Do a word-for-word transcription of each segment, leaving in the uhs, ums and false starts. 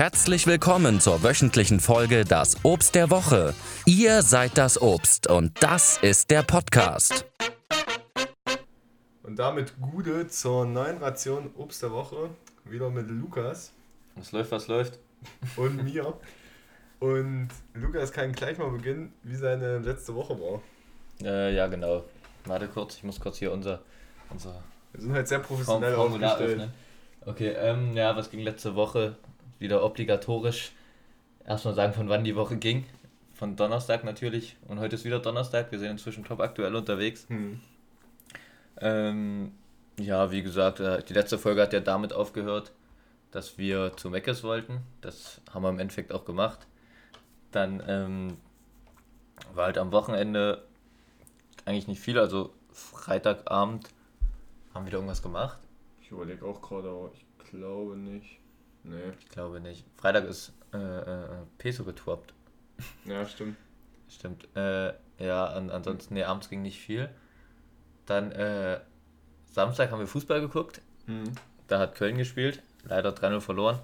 Herzlich willkommen zur wöchentlichen Folge Das Obst der Woche. Ihr seid das Obst und das ist der Podcast. Und damit Gude zur neuen Ration Obst der Woche. Wieder mit Lukas. Was läuft, was läuft? Und mir. Und Lukas kann gleich mal beginnen, wie seine letzte Woche war. Äh, ja, genau. Warte kurz, ich muss kurz hier unser... unser Wir sind halt sehr professionell Formular aufgestellt. öffnen. Okay, ähm, ja, was ging letzte Woche? Wieder obligatorisch. Erstmal sagen, von wann die Woche ging. Von Donnerstag natürlich. Und heute ist wieder Donnerstag. Wir sind inzwischen top aktuell unterwegs. Hm. Ähm, ja, wie gesagt, äh, die letzte Folge hat ja damit aufgehört, dass wir zu Meckes wollten. Das haben wir im Endeffekt auch gemacht. Dann ähm, war halt am Wochenende eigentlich nicht viel. Also Freitagabend haben wir da irgendwas gemacht. Ich überlege auch gerade, aber ich glaube nicht. Nee. Ich glaube nicht. Freitag ist äh, äh, Peso getwappt. Ja, stimmt. Stimmt. Äh, ja, an, ansonsten, nee, abends ging nicht viel. Dann äh, Samstag haben wir Fußball geguckt. Hm. Da hat Köln gespielt. Leider drei null verloren.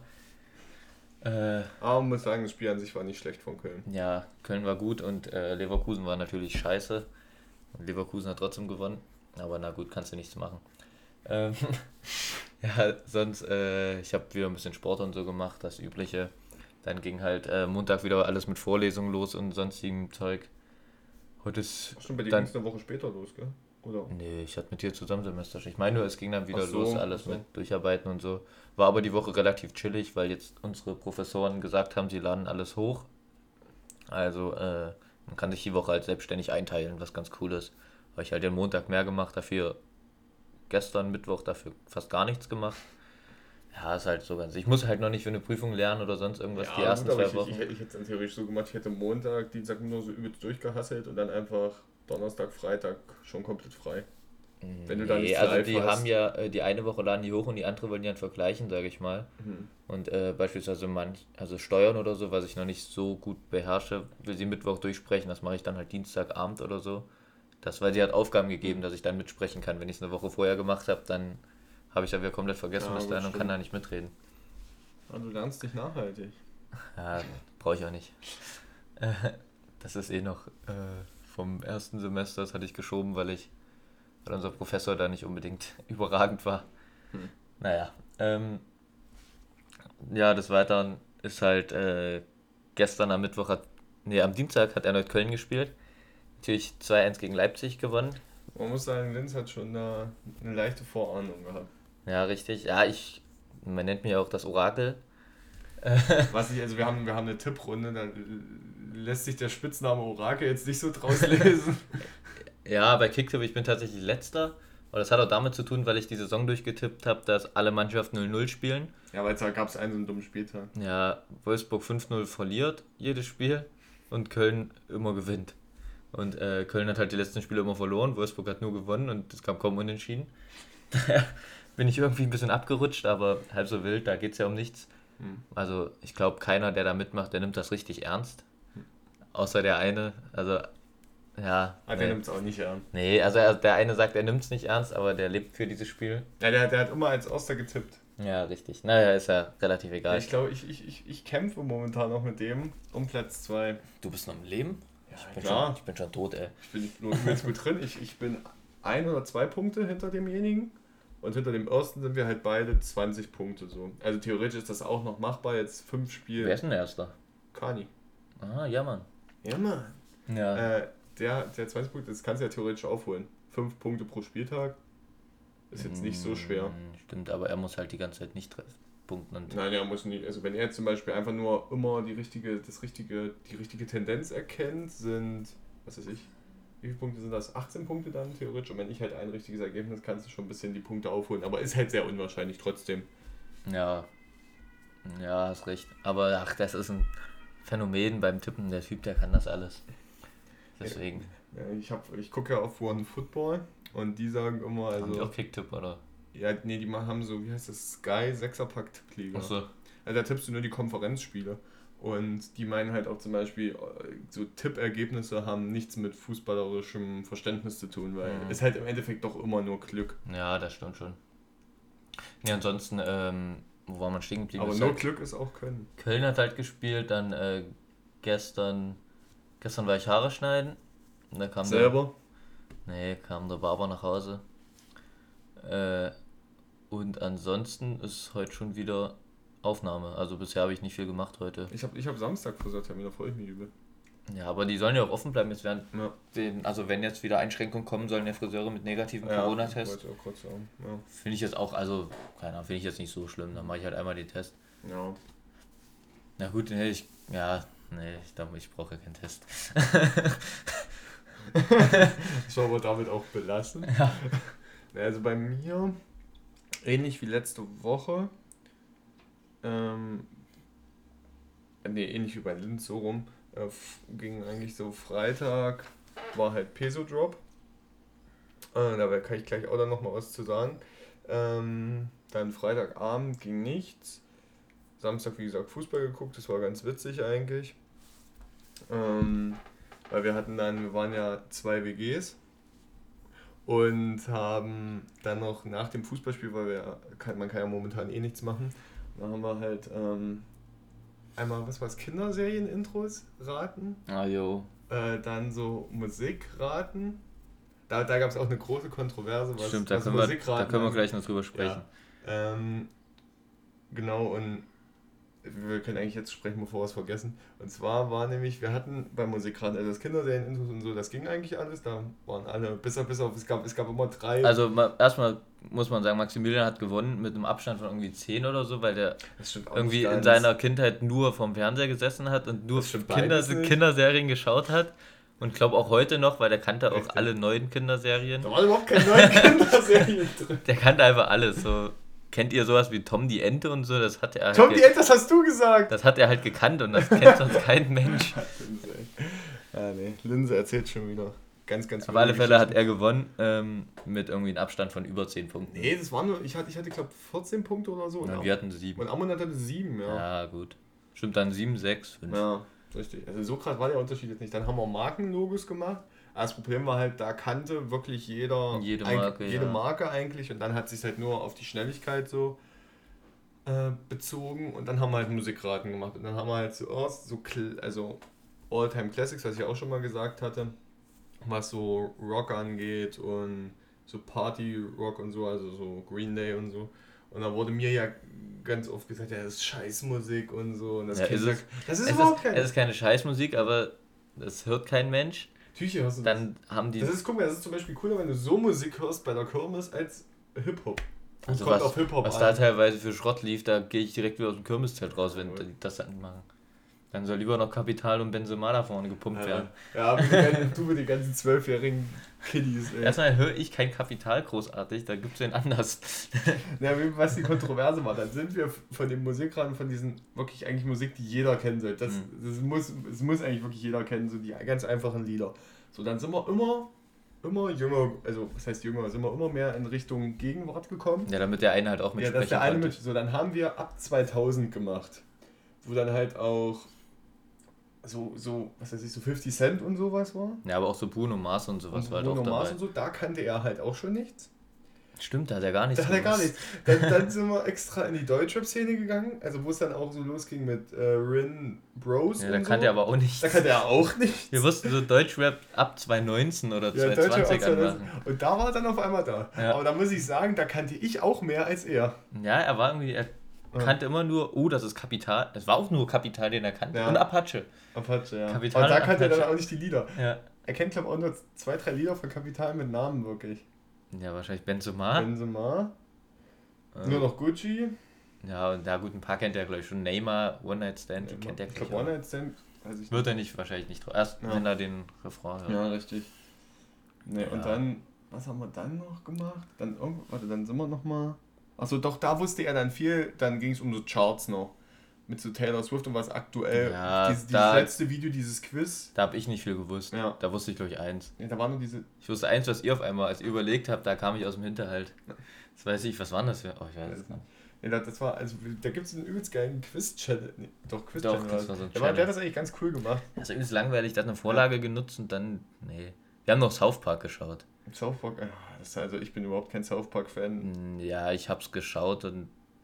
Äh, Aber man muss sagen, das Spiel an sich war nicht schlecht von Köln. ja, Köln war gut und äh, Leverkusen war natürlich scheiße. Und Leverkusen hat trotzdem gewonnen. Aber na gut, kannst du nichts machen. Ähm, ja, sonst, äh, ich habe wieder ein bisschen Sport und so gemacht, das Übliche. Dann ging halt äh, Montag wieder alles mit Vorlesungen los und sonstigem Zeug. Heute ist Stimmt, bei dir dann... ging es eine Woche später los, gell? Oder? Nee, ich hatte mit dir zusammen Semesterschicht. Ich meine nur, es ging dann wieder Ach so, los, alles ach so. mit Durcharbeiten und so. War aber die Woche relativ chillig, weil jetzt unsere Professoren gesagt haben, sie laden alles hoch. Also äh, man kann sich die Woche halt selbstständig einteilen, was ganz cool ist. Weil ich halt den Montag mehr gemacht, dafür gestern Mittwoch dafür fast gar nichts gemacht. Ja, ist halt so ganz... Ich muss halt noch nicht für eine Prüfung lernen oder sonst irgendwas die ersten gut, aber zwei ich, Wochen. Ich, ich, ich hätte es dann theoretisch so gemacht, ich hätte Montag, Dienstag nur so übelst durchgehasselt und dann einfach Donnerstag, Freitag schon komplett frei. Wenn du da Nee, nichts also live die hast. haben ja, äh, die eine Woche laden die hoch und die andere wollen die dann vergleichen, sage ich mal. Mhm. Und äh, beispielsweise manch, also Steuern oder so, was ich noch nicht so gut beherrsche, will sie Mittwoch durchsprechen, das mache ich dann halt Dienstagabend oder so. Das, weil sie hat Aufgaben gegeben, dass ich dann mitsprechen kann. Wenn ich es eine Woche vorher gemacht habe, dann habe ich das wieder komplett vergessen Ja, bis gut, dahin und kann stimmt. da nicht mitreden. Ah, du lernst dich nachhaltig. Ja, brauche ich auch nicht. Äh, das ist eh noch äh, vom ersten Semester, das hatte ich geschoben, weil ich, weil unser Professor da nicht unbedingt überragend war. Hm. Naja, ähm, ja, des Weiteren ist halt äh, gestern am Mittwoch, hat, nee, am Dienstag hat erneut Köln gespielt. Natürlich zwei eins gegen Leipzig gewonnen. Man muss sagen, Linz hat schon eine, eine leichte Vorahnung gehabt. Ja, richtig. Ja, ich, man nennt mich auch das Orakel. Was ich, also wir haben, wir haben eine Tipprunde, da lässt sich der Spitzname Orakel jetzt nicht so draus lesen. Ja, bei Kicktipp, ich bin tatsächlich letzter. Aber das hat auch damit zu tun, weil ich die Saison durchgetippt habe, dass alle Mannschaften null null spielen. Ja, weil da gab es einen so einen dummen Spieltag. Ja, Wolfsburg fünf null verliert jedes Spiel und Köln immer gewinnt. Und äh, Köln hat halt die letzten Spiele immer verloren, Wolfsburg hat nur gewonnen und es kam kaum unentschieden. Daher bin ich irgendwie ein bisschen abgerutscht, aber halb so wild, da geht es ja um nichts. Hm. Also ich glaube, keiner, der da mitmacht, der nimmt das richtig ernst. Außer der eine, also ja. Ah, der nimmt es auch nicht ernst. Nee, also er, der eine sagt, er nimmt es nicht ernst, aber der lebt für dieses Spiel. Ja, der, der hat immer als Erster getippt. Ja, richtig. Naja, ist ja relativ egal. Ja, ich glaube, ich, ich, ich, ich kämpfe momentan noch mit dem um Platz zwei. Du bist noch im Leben? Ja, Ich bin, klar. schon, ich bin schon tot, ey. Ich bin nur übelst gut drin. Ich, ich bin ein oder zwei Punkte hinter demjenigen. Und hinter dem ersten sind wir halt beide zwanzig Punkte so. Also theoretisch ist das auch noch machbar. Jetzt fünf Spiele. Wer ist denn der Erste? Kani. Ah, ja, Mann. Ja, Mann. Ja. Äh, der, der zwanzig Punkte, das kannst du ja theoretisch aufholen. Fünf Punkte pro Spieltag. Ist jetzt nicht so schwer. Mm, Stimmt, aber er muss halt die ganze Zeit nicht treffen. Punkten und. Nein, er muss nicht. Also wenn er jetzt zum Beispiel einfach nur immer die richtige, das richtige, die richtige Tendenz erkennt, sind, was weiß ich, wie viele Punkte sind das? achtzehn Punkte dann theoretisch. Und wenn ich halt ein richtiges Ergebnis, kannst du schon ein bisschen die Punkte aufholen. Aber ist halt sehr unwahrscheinlich trotzdem. Ja. Ja, hast recht. Aber ach, das ist ein Phänomen beim Tippen. Der Typ, der kann das alles. Deswegen. Ja, ich hab, ich gucke ja auf One Football und die sagen immer, Haben die also. auch Kicktipp, oder? Ja, nee, die ma- haben so, wie heißt das, Sky Sechserpack Tippliga. Achso. Also da tippst du nur die Konferenzspiele. Und die meinen halt auch zum Beispiel, so Tippergebnisse haben nichts mit fußballerischem Verständnis zu tun, weil Mhm. es halt im Endeffekt doch immer nur Glück. Ja, das stimmt schon. Ja, ansonsten ähm, wo war man stehen geblieben? Aber Ist nur halt, Glück ist auch Können. Köln hat halt gespielt, dann äh, gestern, gestern war ich Haare schneiden. Und da kam Selber? Der, nee, kam der Barber nach Hause. Äh, und ansonsten ist heute schon wieder Aufnahme. Also bisher habe ich nicht viel gemacht heute. Ich habe ich hab Samstag Friseurtermin, da freue ich mich übel. Ja, aber die sollen ja auch offen bleiben. Jetzt werden Ja. den, also wenn jetzt wieder Einschränkungen kommen, sollen ja Friseure mit negativen Ja, Corona-Test. wollte ich auch kurz sagen. Ja. Finde ich jetzt auch, also, keine Ahnung, finde ich jetzt nicht so schlimm. Dann mache ich halt einmal den Test. Ja. Na gut, nee, ich, ja, nee, ich glaube, ich brauche ja keinen Test. Sollen wir damit auch belassen? Ja. Also bei mir, ähnlich wie letzte Woche, ähm, nee, ähnlich wie bei Linz, so rum, äh, f- ging eigentlich so Freitag, war halt Peso-Drop. Äh, da kann ich gleich auch dann nochmal was zu sagen. Ähm, dann Freitagabend ging nichts. Samstag, wie gesagt, Fußball geguckt, das war ganz witzig eigentlich. Ähm, weil wir hatten dann, wir waren ja zwei W Gs und haben dann noch nach dem Fußballspiel, weil wir kann, man kann ja momentan eh nichts machen, dann haben wir halt ähm, einmal, was war's, Kinderserien-Intros raten, Ah, jo. äh, dann so Musik raten. Da, da gab es auch eine große Kontroverse, was, Stimmt, da was können, wir, Musik da raten können wir angeht. gleich noch drüber sprechen. Ja, ähm, genau, und wir können eigentlich jetzt sprechen, bevor wir es vergessen. Und zwar war nämlich, wir hatten beim Musikraten, also das Kinderserien-Intros und so, das ging eigentlich alles, da waren alle, bis auf, bis auf es gab, es gab immer drei. Also ma- erstmal muss man sagen, Maximilian hat gewonnen mit einem Abstand von irgendwie zehn oder so, weil der Das stimmt auch irgendwie nicht in ganz. seiner Kindheit nur vorm Fernseher gesessen hat und nur Das stimmt Kinder, beides nicht. Kinderserien geschaut hat. Und glaube auch heute noch, weil der kannte auch Richtig. alle neuen Kinderserien. Da waren überhaupt keine neuen Kinderserien drin. Der kannte einfach alles. So, kennt ihr sowas wie Tom die Ente und so? Das hat er Tom, halt die ge- Ente, das hast du gesagt! das hat er halt gekannt und das kennt sonst kein Mensch. Linse, ey. Ja, nee, Linse erzählt schon wieder ganz, ganz Auf alle Fälle hat Geschichten. er gewonnen ähm, mit irgendwie einem Abstand von über zehn Punkten. Nee, das waren nur, ich hatte, ich hatte glaube vierzehn Punkte oder so. Und, Ja, wir hatten sieben. und Amon hatte sieben, ja. Ja, gut. Stimmt dann sieben, sechs, fünf. Ja, richtig. Also so krass war der Unterschied jetzt nicht. Dann haben wir Markenlogos gemacht. Aber das Problem war halt, da kannte wirklich jeder Jede eig- Marke, jede ja. Marke eigentlich und dann hat sich halt nur auf die Schnelligkeit so äh, bezogen und dann haben wir halt Musikraten gemacht und dann haben wir halt zuerst so Kl- also All-Time Classics, was ich auch schon mal gesagt hatte, was so Rock angeht und so Party-Rock und so, also so Green Day und so. Und da wurde mir ja ganz oft gesagt, ja, das ist Scheißmusik und so. Und das, Ja, kennt ist ja- es- das ist Es überhaupt ist, kein... es ist keine Scheißmusik, aber das hört kein Mensch. Natürlich hörst du das. Dann haben die. Das ist, guck mal, das ist zum Beispiel cooler, wenn du so Musik hörst bei der Kirmes als Hip-Hop. Also Kommt was, auf Hip-Hop was an. da teilweise für Schrott lief, da gehe ich direkt wieder aus dem Kirmeszelt raus, wenn die das dann machen. Dann soll lieber noch Kapital und Benzema da vorne gepumpt werden. Ja, mit den ganzen, du mit den ganzen zwölfjährigen Kiddies, ey. Erstmal höre ich kein Kapital großartig, da gibt es den anders. Ja, wie- was die Kontroverse war, dann sind wir von den Musikraten, von diesen wirklich eigentlich Musik, die jeder kennen soll. Das, Mhm. das, muss, das muss eigentlich wirklich jeder kennen, so die ganz einfachen Lieder. So, dann sind wir immer, immer jünger, also was heißt jünger, sind wir immer mehr in Richtung Gegenwart gekommen. Ja, damit der eine halt auch Ja, mitsprechen das ist der eine konnte. mit, so dann haben wir ab zweitausend gemacht, wo dann halt auch so, so, was weiß ich, so fifty Cent und sowas war. Ja, aber auch so Bruno Mars und sowas Und war halt Bruno auch dabei. Mars und so, da kannte er halt auch schon nichts. Stimmt, da hat er gar nichts Da hat er gar gewusst. nichts. Dann, dann sind wir extra in die Deutschrap-Szene gegangen, also wo es dann auch so losging mit äh, Rin Bros Ja, und da so. kannte er aber auch nichts. Da kannte er auch nichts. Wir wussten so Deutschrap ab zwanzig neunzehn oder Ja, zwanzig Deutschrap zwanzig auch so- anmachen. Und da war er dann auf einmal da. Ja. Aber da muss ich sagen, da kannte ich auch mehr als er. Ja, er war irgendwie, er Ja. kannte immer nur, oh, das ist Kapital. Das war auch nur Kapital, den er kannte. Ja. Und Apache. Apache, ja. Kapital Aber da und kannte er dann Apache. auch nicht die Lieder. Ja. Er kennt, glaube ich, auch nur zwei, drei Lieder von Kapital mit Namen wirklich. Ja, wahrscheinlich Benzema. Benzema, Ähm, nur noch Gucci. Ja, und ja gut, ein paar kennt er gleich schon. Neymar, One Night Stand, die ich kennt er gleich glaube, auch. One Night Stand, weiß ich nicht. Wird er nicht, wahrscheinlich nicht drauf. Erst Ja. wenn er den Refrain hört. Ja, richtig. Nee, und Ja. dann, was haben wir dann noch gemacht? Dann irgendwo, warte, dann sind wir nochmal. Achso, doch, da wusste er dann viel, dann ging es um so Charts noch. Mit so Taylor Swift und was aktuell. Ja, dieses, dieses da- letzte Video, dieses Quiz. Da habe ich nicht viel gewusst. Ja. Da wusste ich, glaube ich, eins. Ja, da war nur diese. Ich wusste eins, was ihr auf einmal, als ihr überlegt habt, da kam ich aus dem Hinterhalt. Das weiß ich, was waren das für. Oh, ich weiß es nicht. Ja, das das war, also da gibt es einen übelst geilen Quiz-Channel. Nee, doch, Quiz-Channel. Doch, das war so ein der, war, der Channel. hat das eigentlich ganz cool gemacht. Das ist übelst langweilig, der hat eine Vorlage genutzt und dann. Nee. Wir haben noch South Park geschaut. South Park, ja, das, also ich bin überhaupt kein South Park-Fan. Mm, Ja, ich hab's geschaut und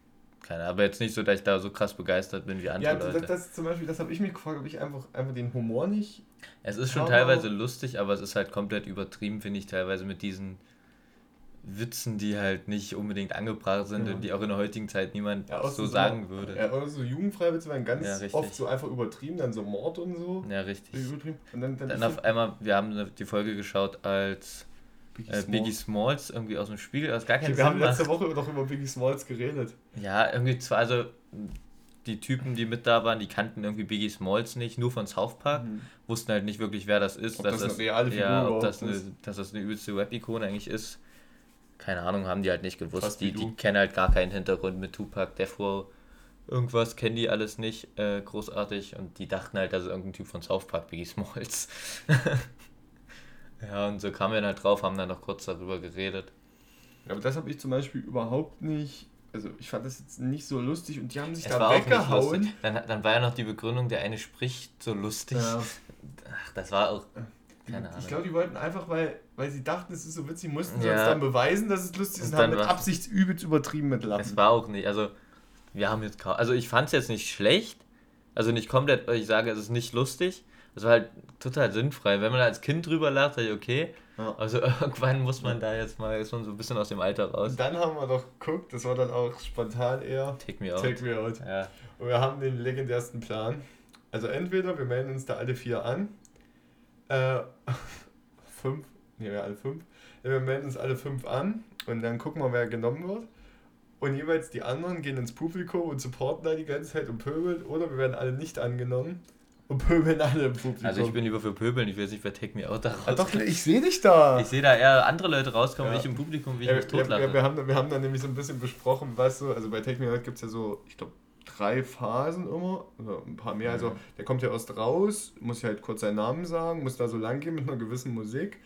keine Ahnung, aber jetzt nicht so, dass ich da so krass begeistert bin wie andere Ja, Leute. das, das zum Beispiel, das habe ich mich gefragt, ob ich einfach, einfach den Humor nicht... Es ist schon aber teilweise auch- lustig, aber es ist halt komplett übertrieben, finde ich, teilweise mit diesen Witzen, die halt nicht unbedingt angebracht sind Ja. und die auch in der heutigen Zeit niemand Ja, auch so so sagen würde. Ja, oder so Jugendfreiwitze werden ganz Ja, richtig. oft so einfach übertrieben, dann so Mord und so. Ja, richtig. Übertrieben. Und dann, dann, Dann ich auf find- einmal, wir haben die Folge geschaut, als Biggie äh, Smalls. Biggie Smalls irgendwie aus dem Spiegel, aus gar keinen Wir haben Sinn letzte macht. Woche noch über Biggie Smalls geredet. Ja, irgendwie zwar, also die Typen, die mit da waren, die kannten irgendwie Biggie Smalls nicht, nur von South Park, Mhm. wussten halt nicht wirklich, wer das ist. Ob dass das eine reale Figur ja, ob überhaupt das eine, ist. dass das eine übelste Rap-Ikone eigentlich ist. Keine Ahnung, haben die halt nicht gewusst. Fast wie Die, die du. kennen halt gar keinen Hintergrund mit Tupac, Death Row, irgendwas kennen die alles nicht äh, großartig und die dachten halt, das ist irgendein Typ von South Park, Biggie Smalls. Ja, und so kamen wir dann halt drauf, haben dann noch kurz darüber geredet. Ja, aber das habe ich zum Beispiel überhaupt nicht. Also ich fand das jetzt nicht so lustig und die haben sich Es da war auch nicht weggehauen. lustig. Dann, dann war ja noch die Begründung, der eine spricht so lustig. Ja. Ach, das war auch, keine Ahnung. Ich glaube, die wollten einfach, weil, weil sie dachten, es ist so witzig, mussten sie Ja. uns dann beweisen, dass es lustig ist Und und haben dann mit war- Absicht übelst übertrieben mit Es Lachen. war auch nicht, also wir haben jetzt kaum, also ich fand es jetzt nicht schlecht, also nicht komplett, weil ich sage, es ist nicht lustig, es war halt total sinnfrei. Wenn man als Kind drüber lacht, sag ich, okay, Ja. also irgendwann muss man da jetzt mal, ist man so ein bisschen aus dem Alter raus. Und dann haben wir doch geguckt, das war dann auch spontan eher Take me out. Take Me Out. Ja, Und wir haben den legendärsten Plan. Also entweder wir melden uns da alle vier an. Äh, fünf. Ne, wir alle fünf. Ja, wir melden uns alle fünf an und dann gucken wir, wer genommen wird. Und jeweils die anderen gehen ins Publikum und supporten da die ganze Zeit und pöbeln. Oder wir werden alle nicht angenommen und pöbeln alle im Publikum. also ich bin lieber für Pöbeln, ich weiß nicht, wer Take Me Out da Ah, doch, rauskommt. ich sehe dich da. Ich sehe da eher andere Leute rauskommen, Ja. ich im Publikum, wie ich Ja, mich wir, wir, totlache. wir, haben, wir haben dann nämlich so ein bisschen besprochen, was so, also bei Take Me Out gibt es ja so, ich glaube, drei Phasen immer, oder ein paar mehr. Also der kommt ja erst raus, muss ja halt kurz seinen Namen sagen, muss da so lang gehen mit einer gewissen Musik.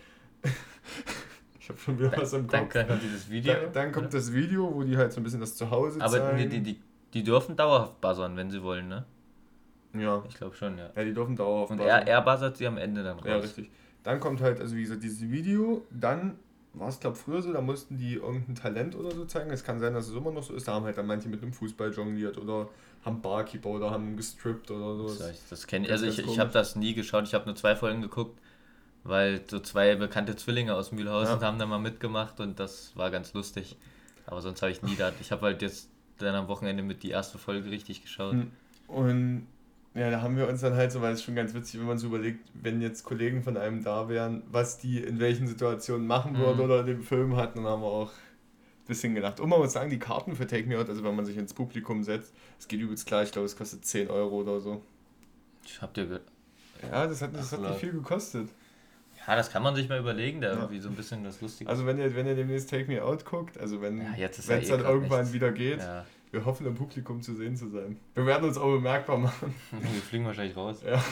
Ich habe schon wieder was im Dann, Kopf. dann kommt dieses Video. Dann, dann kommt das Video, wo die halt so ein bisschen das Zuhause Aber zeigen. die, die, die, die dürfen dauerhaft buzzern, wenn sie wollen, ne? Ja. Ich glaube schon, ja. Ja, die dürfen dauerhaft Und buzzern. er, er buzzert sie am Ende dann raus. Ja, richtig. Dann kommt halt, also wie gesagt, dieses Video, dann war es, glaube ich, früher so, da mussten die irgendein Talent oder so zeigen. Es kann sein, dass es immer noch so ist. Da haben halt dann manche mit einem Fußball jongliert oder haben Barkeeper oder haben gestrippt oder so. So, ich, das kenne ich. Ganz, Also ich, ganz ich habe komisch. das nie geschaut. Ich habe nur zwei Folgen geguckt, weil so zwei bekannte Zwillinge aus Mühlhausen Ja. haben da mal mitgemacht und das war ganz lustig. Aber sonst habe ich nie da. Ich habe halt jetzt dann am Wochenende mit die erste Folge richtig geschaut. Hm. Und ja, da haben wir uns dann halt so, weil es schon ganz witzig, wenn man so überlegt, wenn jetzt Kollegen von einem da wären, was die in welchen Situationen machen würden Mhm. oder in dem Film hatten, dann haben wir auch ein bisschen gedacht. Und man muss sagen, die Karten für Take Me Out, also wenn man sich ins Publikum setzt, es geht übelst klar, ich glaube, es kostet zehn Euro oder so. Ich hab dir ge Ja, das hat, das Ach, hat nicht Leute. viel gekostet. ja, das kann man sich mal überlegen, da Ja. irgendwie so ein bisschen das Lustige. Also wenn ihr, wenn ihr demnächst Take Me Out guckt, also wenn Ja, jetzt ist es ja eh dann grad irgendwann nichts. wieder geht, ja, wir hoffen im Publikum zu sehen zu sein. Wir werden uns auch bemerkbar machen. wir fliegen wahrscheinlich raus. Ja.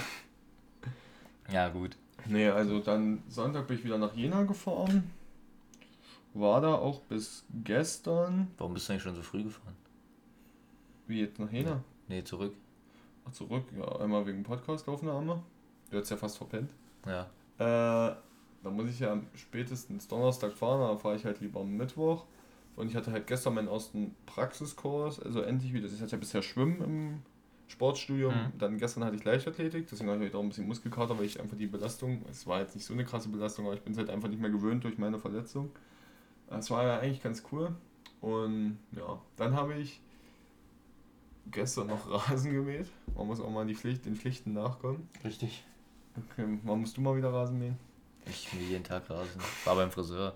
Ja, gut. Nee, also dann Sonntag bin ich wieder nach Jena gefahren. War da auch bis gestern. Warum bist du eigentlich schon so früh gefahren? Wie jetzt nach Jena? Nee, zurück. Ach, zurück. Ja, einmal wegen Podcast-Aufnahme. Du hast ja fast verpennt. Ja. Äh, da muss ich ja am spätestens Donnerstag fahren, da fahre ich halt lieber am Mittwoch. Und ich hatte halt gestern meinen ersten Praxiskurs, also endlich wieder. Ich hatte ja bisher Schwimmen im Sportstudium, Mhm. dann gestern hatte ich Leichtathletik, deswegen habe ich auch ein bisschen Muskelkater, weil ich einfach die Belastung, es war jetzt nicht so eine krasse Belastung, aber ich bin es halt einfach nicht mehr gewöhnt durch meine Verletzung. Das war ja eigentlich ganz cool. Und ja, dann habe ich gestern noch Rasen gemäht. Man muss auch mal die Pflicht, den Pflichten nachkommen. Richtig. Okay, wann musst du mal wieder Rasen mähen? Ich mir jeden Tag rasen. War beim Friseur.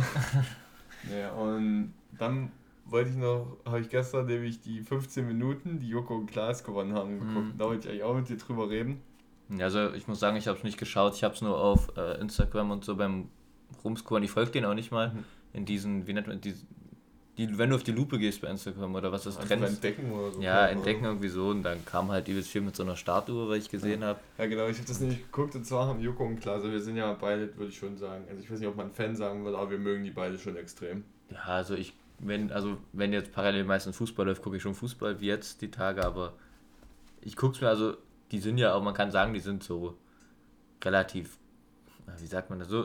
Ja, und dann wollte ich noch, habe ich gestern nämlich die fünfzehn Minuten, die Joko und Klaas gewonnen haben, geguckt. Mhm. Da wollte ich eigentlich auch mit dir drüber reden. Also ich muss sagen, ich habe es nicht geschaut. Ich habe es nur auf äh, Instagram und so beim Rumscrollen. Ich folge denen auch nicht mal. Mhm. In diesen, wie nennt man die, die, wenn du auf die Lupe gehst bei Instagram oder was das Einfach Trends. entdecken oder so. Ja, entdecken irgendwie so und dann kam halt übelst viel mit so einer Statue, was ich gesehen habe. Ja, genau, ich habe das nämlich geguckt und zwar haben Joko und Klaas, also wir sind ja beide, würde ich schon sagen, also ich weiß nicht, ob man Fan sagen würde, aber wir mögen die beide schon extrem. Ja, also ich, wenn, also wenn jetzt parallel meistens Fußball läuft, gucke ich schon Fußball, wie jetzt die Tage, aber ich guck's mir, also die sind ja auch, man kann sagen, die sind so relativ, wie sagt man das, so,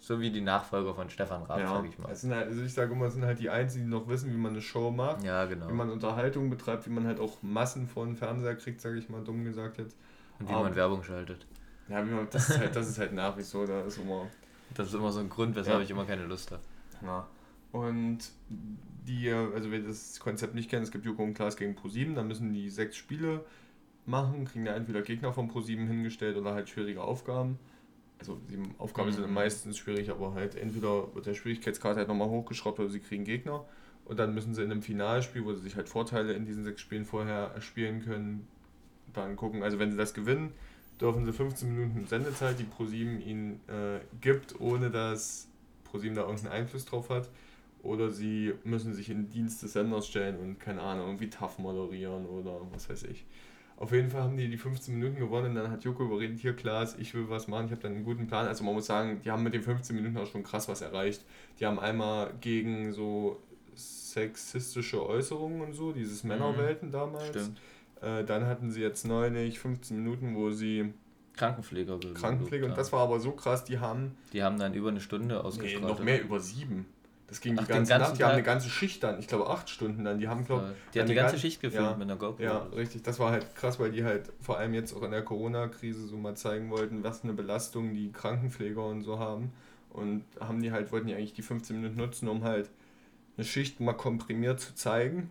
so wie die Nachfolger von Stefan Raab, Ja, sag ich mal. es sind halt, also ich sage immer, es sind halt die Einzigen, die noch wissen, wie man eine Show macht, Ja, genau. wie man Unterhaltung betreibt, wie man halt auch Massen vor den Fernseher kriegt, sage ich mal, dumm gesagt jetzt. Und wie Aber, man Werbung schaltet. Ja, wie man, das, ist halt, das ist halt nach wie so, da ist immer... Das ist immer so ein Grund, weshalb Ja. ich immer keine Lust habe. Ja. Und die, also wer das Konzept nicht kennt, es gibt Joko und Klaas gegen ProSieben, da müssen die sechs Spiele machen, kriegen da entweder Gegner von ProSieben hingestellt oder halt schwierige Aufgaben. Also die Aufgaben Mhm. sind meistens schwierig, aber halt entweder wird der Schwierigkeitsgrad halt nochmal hochgeschraubt oder sie kriegen Gegner. Und dann müssen sie in einem Finalspiel, wo sie sich halt Vorteile in diesen sechs Spielen vorher erspielen können, dann gucken. Also wenn sie das gewinnen, dürfen sie fünfzehn Minuten Sendezeit, die ProSieben ihnen äh, gibt, ohne dass ProSieben da irgendeinen Einfluss drauf hat. Oder sie müssen sich in den Dienst des Senders stellen und, keine Ahnung, irgendwie tough moderieren oder was weiß ich. Auf jeden Fall haben die die fünfzehn Minuten gewonnen, dann hat Joko überredet, hier Klaas, ich will was machen, ich habe dann einen guten Plan. Also man muss sagen, die haben mit den fünfzehn Minuten auch schon krass was erreicht. Die haben einmal gegen so sexistische Äußerungen und so, dieses Männerwelten damals. Stimmt. Äh, dann hatten sie jetzt neulich fünfzehn Minuten, wo sie Krankenpfleger gelobt Krankenpflege, und haben. das war aber so krass, die haben Die haben dann über eine Stunde nee, ausgestrahlt. noch mehr, über sieben. Das ging Ach, die den ganze ganzen Nacht, die haben Tag? eine ganze Schicht dann, ich glaube acht Stunden dann, die haben glaub, Die hat die eine ganze gan- Schicht gefilmt ja, mit einer GoPro. Ja, richtig, das war halt krass, weil die halt vor allem jetzt auch in der Corona-Krise so mal zeigen wollten, was für eine Belastung die Krankenpfleger und so haben, und haben die halt, wollten die eigentlich die fünfzehn Minuten nutzen, um halt eine Schicht mal komprimiert zu zeigen.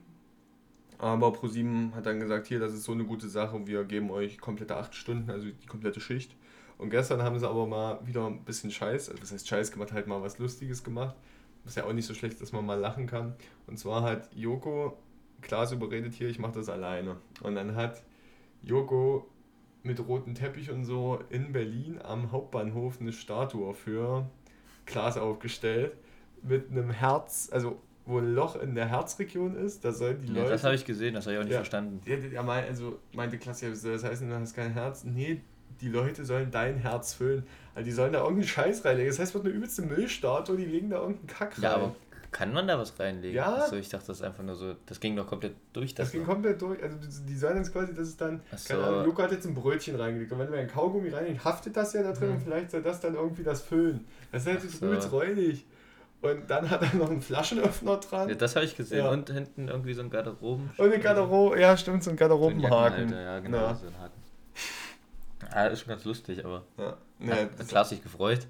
Aber ProSieben hat dann gesagt, hier, das ist so eine gute Sache, wir geben euch komplette acht Stunden, also die komplette Schicht. Und gestern haben sie aber mal wieder ein bisschen Scheiß, also das heißt Scheiß gemacht, halt mal was Lustiges gemacht. Ist ja auch nicht so schlecht, dass man mal lachen kann. Und zwar hat Joko Klaas überredet, hier, ich mache das alleine. Und dann hat Joko mit rotem Teppich und so in Berlin am Hauptbahnhof eine Statue für Klaas aufgestellt mit einem Herz, also wo ein Loch in der Herzregion ist, da sollen die Ja, Leute... das habe ich gesehen, das habe ich auch nicht Ja. verstanden. Ja, ja, mein, also meinte Klaas, ja, das heißt, du hast kein Herz. Nee, die Leute sollen dein Herz füllen. Also die sollen da irgendeinen Scheiß reinlegen. Das heißt, es wird eine übelste Müllstatue, die legen da irgendeinen Kack rein. Ja, aber kann man da was reinlegen? Ja. Achso, ich dachte, das ist einfach nur so, das ging doch komplett durch. Das ging komplett durch. Also die- die sollen jetzt quasi, das ist dann, Ach so. keine Ahnung, Joko hat jetzt ein Brötchen reingelegt. Und wenn du ein Kaugummi reinlegst, haftet das ja da drin, Mhm. und vielleicht soll das dann irgendwie das füllen. Das ist halt Ach so so. übelst räudig. Und dann hat er noch einen Flaschenöffner dran. Ja, das habe ich gesehen. Ja. Und hinten irgendwie so ein Garderoben. Und eine Garderobe, ja stimmt, so ein So ein Garderobenhaken. Jackenhalter, ja, genau, Ja. so ein Haken. Ja, ist schon ganz lustig, aber Ja. Nee, hat, das- hat Klaas sich gefreut?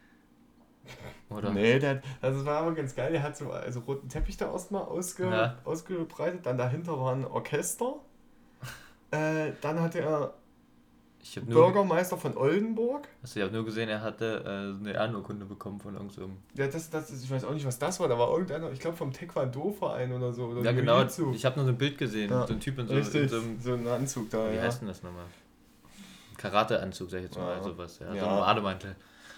Oder? Nee, der hat, also das war aber ganz geil, der hat so also roten Teppich da erstmal ausge, Ja. ausgebreitet, dann dahinter war ein Orchester, äh, dann hatte er Ich habe nur, Bürgermeister von Oldenburg, also ich hab nur gesehen, er hatte äh, eine Ehrenurkunde bekommen von irgendeinem. ja, das, das, ist- ich weiß auch nicht, was das war, da war irgendeiner, ich glaube vom Taekwondo-Verein oder so, oder Ja, genau, Jiu-Jitsu. ich habe nur so ein Bild gesehen, Ja. so ein Typ in so, in Richtig, so einem, so ein Anzug da, wie ja. heißt denn das nochmal? Karate-Anzug, sag ich jetzt mal, Ja. sowas, ja, so Ja. ein Bademantel.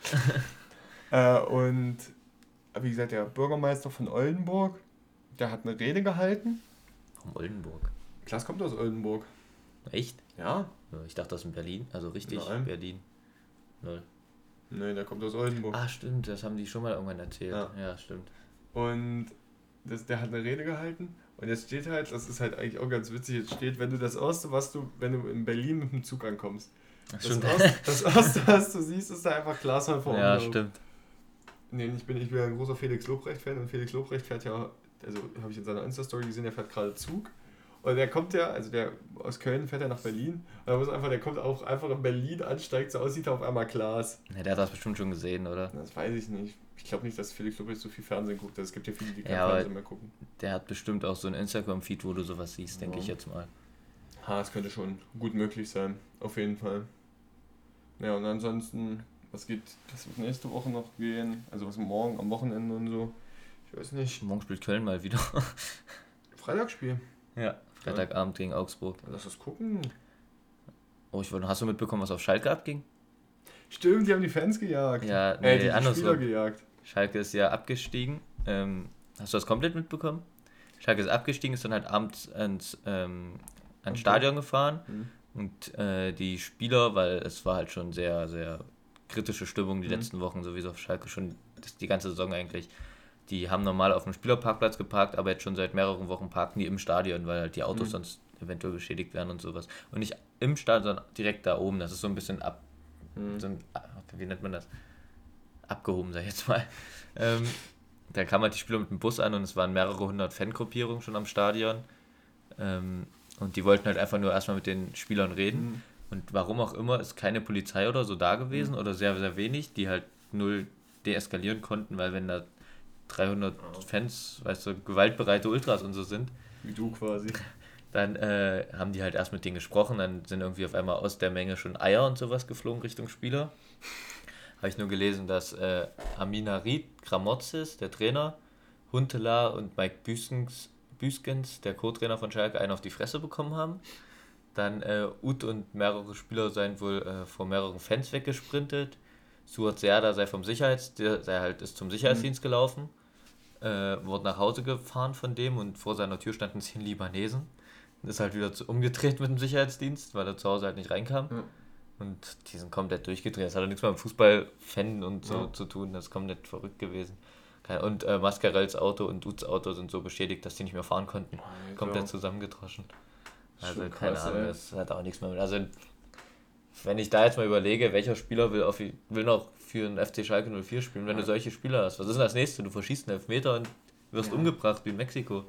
Äh, und wie gesagt, der Bürgermeister von Oldenburg, der hat eine Rede gehalten. Vom Oldenburg. Klaas kommt aus Oldenburg. Echt? Ja? Ja, ich dachte, das ist in Berlin, also richtig Nein. Berlin. Null. Nee, der kommt aus Oldenburg. Ah, stimmt, das haben die schon mal irgendwann erzählt. Ja. Ja, stimmt. Und das, der hat eine Rede gehalten, und jetzt steht halt, das ist halt eigentlich auch ganz witzig, jetzt steht, wenn du das Erste, was du, wenn du in Berlin mit dem Zug ankommst, Ach, das, stimmt. Erste, das Erste, was du siehst, ist da einfach Glashäufer vor Ja, Umlauf. stimmt. Nee, ich bin, ich bin ein großer Felix Lobrecht-Fan, und Felix Lobrecht fährt ja, also habe ich in seiner Insta-Story gesehen, der fährt gerade Zug. Und der kommt ja, also der aus Köln fährt er nach Berlin, und da muss einfach, der kommt auch einfach in Berlin, ansteigt, so aussieht er auf einmal Glas. Ja, der hat das bestimmt schon gesehen, oder? Das weiß ich nicht. Ich glaube nicht, dass Felix Lobrecht so viel Fernsehen guckt. Es gibt ja viele, die kein Ja, aber- Fernsehen mehr gucken. Der hat bestimmt auch so ein Instagram-Feed, wo du sowas siehst, denke Ja. ich jetzt mal. Ha, das könnte schon gut möglich sein. Auf jeden Fall. Ja, und ansonsten, was geht, das wird nächste Woche noch gehen? Also was morgen, am Wochenende und so. Ich weiß nicht. Morgen spielt Köln mal wieder. Freitagsspiel. Ja. Freitagabend gegen Augsburg. Lass das gucken. Oh, ich wollte, hast du mitbekommen, was auf Schalke abging? Stimmt, die haben die Fans gejagt. Ja, äh, nee, die, die andersrum. Spieler gejagt. Schalke ist ja abgestiegen. Ähm, hast du das komplett mitbekommen? Schalke ist abgestiegen, ist dann halt abends ans, ähm, ans Okay. Stadion gefahren. Mhm. Und äh, die Spieler, weil es war halt schon sehr, sehr kritische Stimmung die Mhm. letzten Wochen, sowieso auf Schalke schon das, die ganze Saison eigentlich. Die haben normal auf dem Spielerparkplatz geparkt, aber jetzt schon seit mehreren Wochen parken die im Stadion, weil halt die Autos Mhm. sonst eventuell beschädigt werden und sowas. Und nicht im Stadion, sondern direkt da oben. Das ist so ein bisschen ab, Mhm. so ein, wie nennt man das? abgehoben, sag ich jetzt mal. Ähm, dann kamen halt die Spieler mit dem Bus an und es waren mehrere hundert Fangruppierungen schon am Stadion. Ähm, und die wollten halt einfach nur erstmal mit den Spielern reden. Mhm. Und warum auch immer ist keine Polizei oder so da gewesen mhm. oder sehr, sehr wenig, die halt null deeskalieren konnten, weil wenn da dreihundert ja. Fans, weißt du, gewaltbereite Ultras und so sind. Wie du quasi. Dann äh, haben die halt erst mit denen gesprochen, dann sind irgendwie auf einmal aus der Menge schon Eier und sowas geflogen Richtung Spieler. Habe ich nur gelesen, dass äh, Aminarit Gramotzis, der Trainer, Huntelaar und Mike Büskens, Büskens, der Co-Trainer von Schalke, einen auf die Fresse bekommen haben. Dann äh, Ut und mehrere Spieler seien wohl äh, vor mehreren Fans weggesprintet. Suat Serdar sei vom Sicherheits, der sei halt ist zum Sicherheitsdienst mhm. gelaufen, äh, wurde nach Hause gefahren von dem und vor seiner Tür standen zehn Libanesen. Ist halt wieder zu, umgedreht mit dem Sicherheitsdienst, weil er zu Hause halt nicht reinkam. Mhm. Und die sind komplett durchgedreht. Das hat auch nichts mehr mit Fußball-Fan und so ja. zu tun. Das ist komplett verrückt gewesen. Und äh, Mascarells Auto und Uts Auto sind so beschädigt, dass die nicht mehr fahren konnten. Alter. Komplett zusammengedroschen. Also krass, keine Ahnung, ey. Das hat auch nichts mehr mit. Also wenn ich da jetzt mal überlege, welcher Spieler will, auf, will noch für den F C Schalke null vier spielen, wenn ja. du solche Spieler hast. Was ist denn das nächste? Du verschießt einen Elfmeter und wirst ja. umgebracht wie in Mexiko.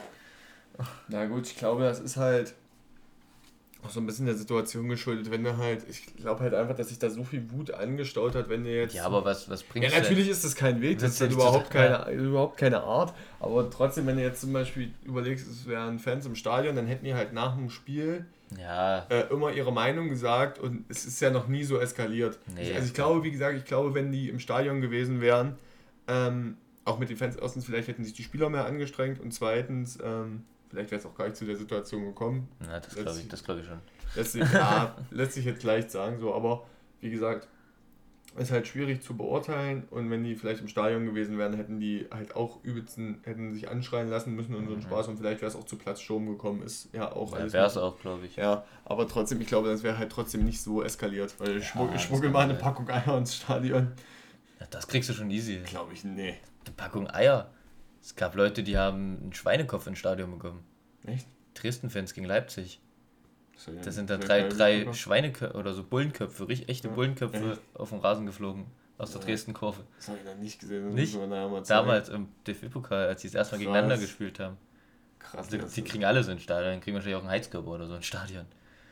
Na gut, ich glaube, das ist halt auch so ein bisschen der Situation geschuldet, wenn du halt, ich glaube halt einfach, dass sich da so viel Wut angestaut hat, wenn du jetzt... Ja, aber was, was bringt Ja, natürlich ist das kein Weg, das ist halt überhaupt keine, überhaupt keine Art, aber trotzdem, wenn du jetzt zum Beispiel überlegst, es wären Fans im Stadion, dann hätten die halt nach dem Spiel ja. äh, immer ihre Meinung gesagt und es ist ja noch nie so eskaliert. Nee, also ich glaube, wie gesagt, ich glaube, wenn die im Stadion gewesen wären, ähm, auch mit den Fans, erstens, vielleicht hätten sich die Spieler mehr angestrengt und zweitens... Ähm, vielleicht wäre es auch gar nicht zu der Situation gekommen. Ja, das glaube ich, das glaub ich schon. Lässt sich, ja, lässt sich jetzt leicht sagen, so, aber wie gesagt, ist halt schwierig zu beurteilen und wenn die vielleicht im Stadion gewesen wären, hätten die halt auch übelsten, hätten sich anschreien lassen müssen und so einen mhm. Spaß und vielleicht wäre es auch zu Platzsturm gekommen, ist ja auch ja, alles. Wäre es auch, glaube ich. Ja, aber trotzdem, ich glaube, das wäre halt trotzdem nicht so eskaliert, weil ich ja, schmuggel mal eine Packung Eier ins Stadion. Ja, das kriegst du schon easy. Glaube ich, nee. Eine Packung Eier? Es gab Leute, die haben einen Schweinekopf ins Stadion bekommen. Echt? Dresden-Fans gegen Leipzig. So, ja, da sind da drei, drei Schweineköpfe oder so Bullenköpfe, richtig echte ja. Bullenköpfe Echt? auf dem Rasen geflogen. Aus ja. der Dresden-Kurve. Das habe ich noch nicht gesehen. Das nicht? Mal Damals im D F B-Pokal, als sie das erstmal gegeneinander gespielt haben. Krass. Die, die kriegen alle so ein Stadion. Dann kriegen wahrscheinlich auch einen Heizkörper oder so ein Stadion.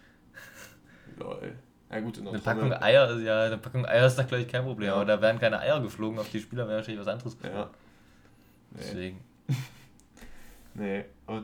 Lol. Ja, gut, in eine Packung Eier, ja, eine Packung Eier ist da glaube ich kein Problem, ja. aber da wären keine Eier geflogen, auf die Spieler wäre wahrscheinlich was anderes geflogen. Ja. Nee. Deswegen. Nee, und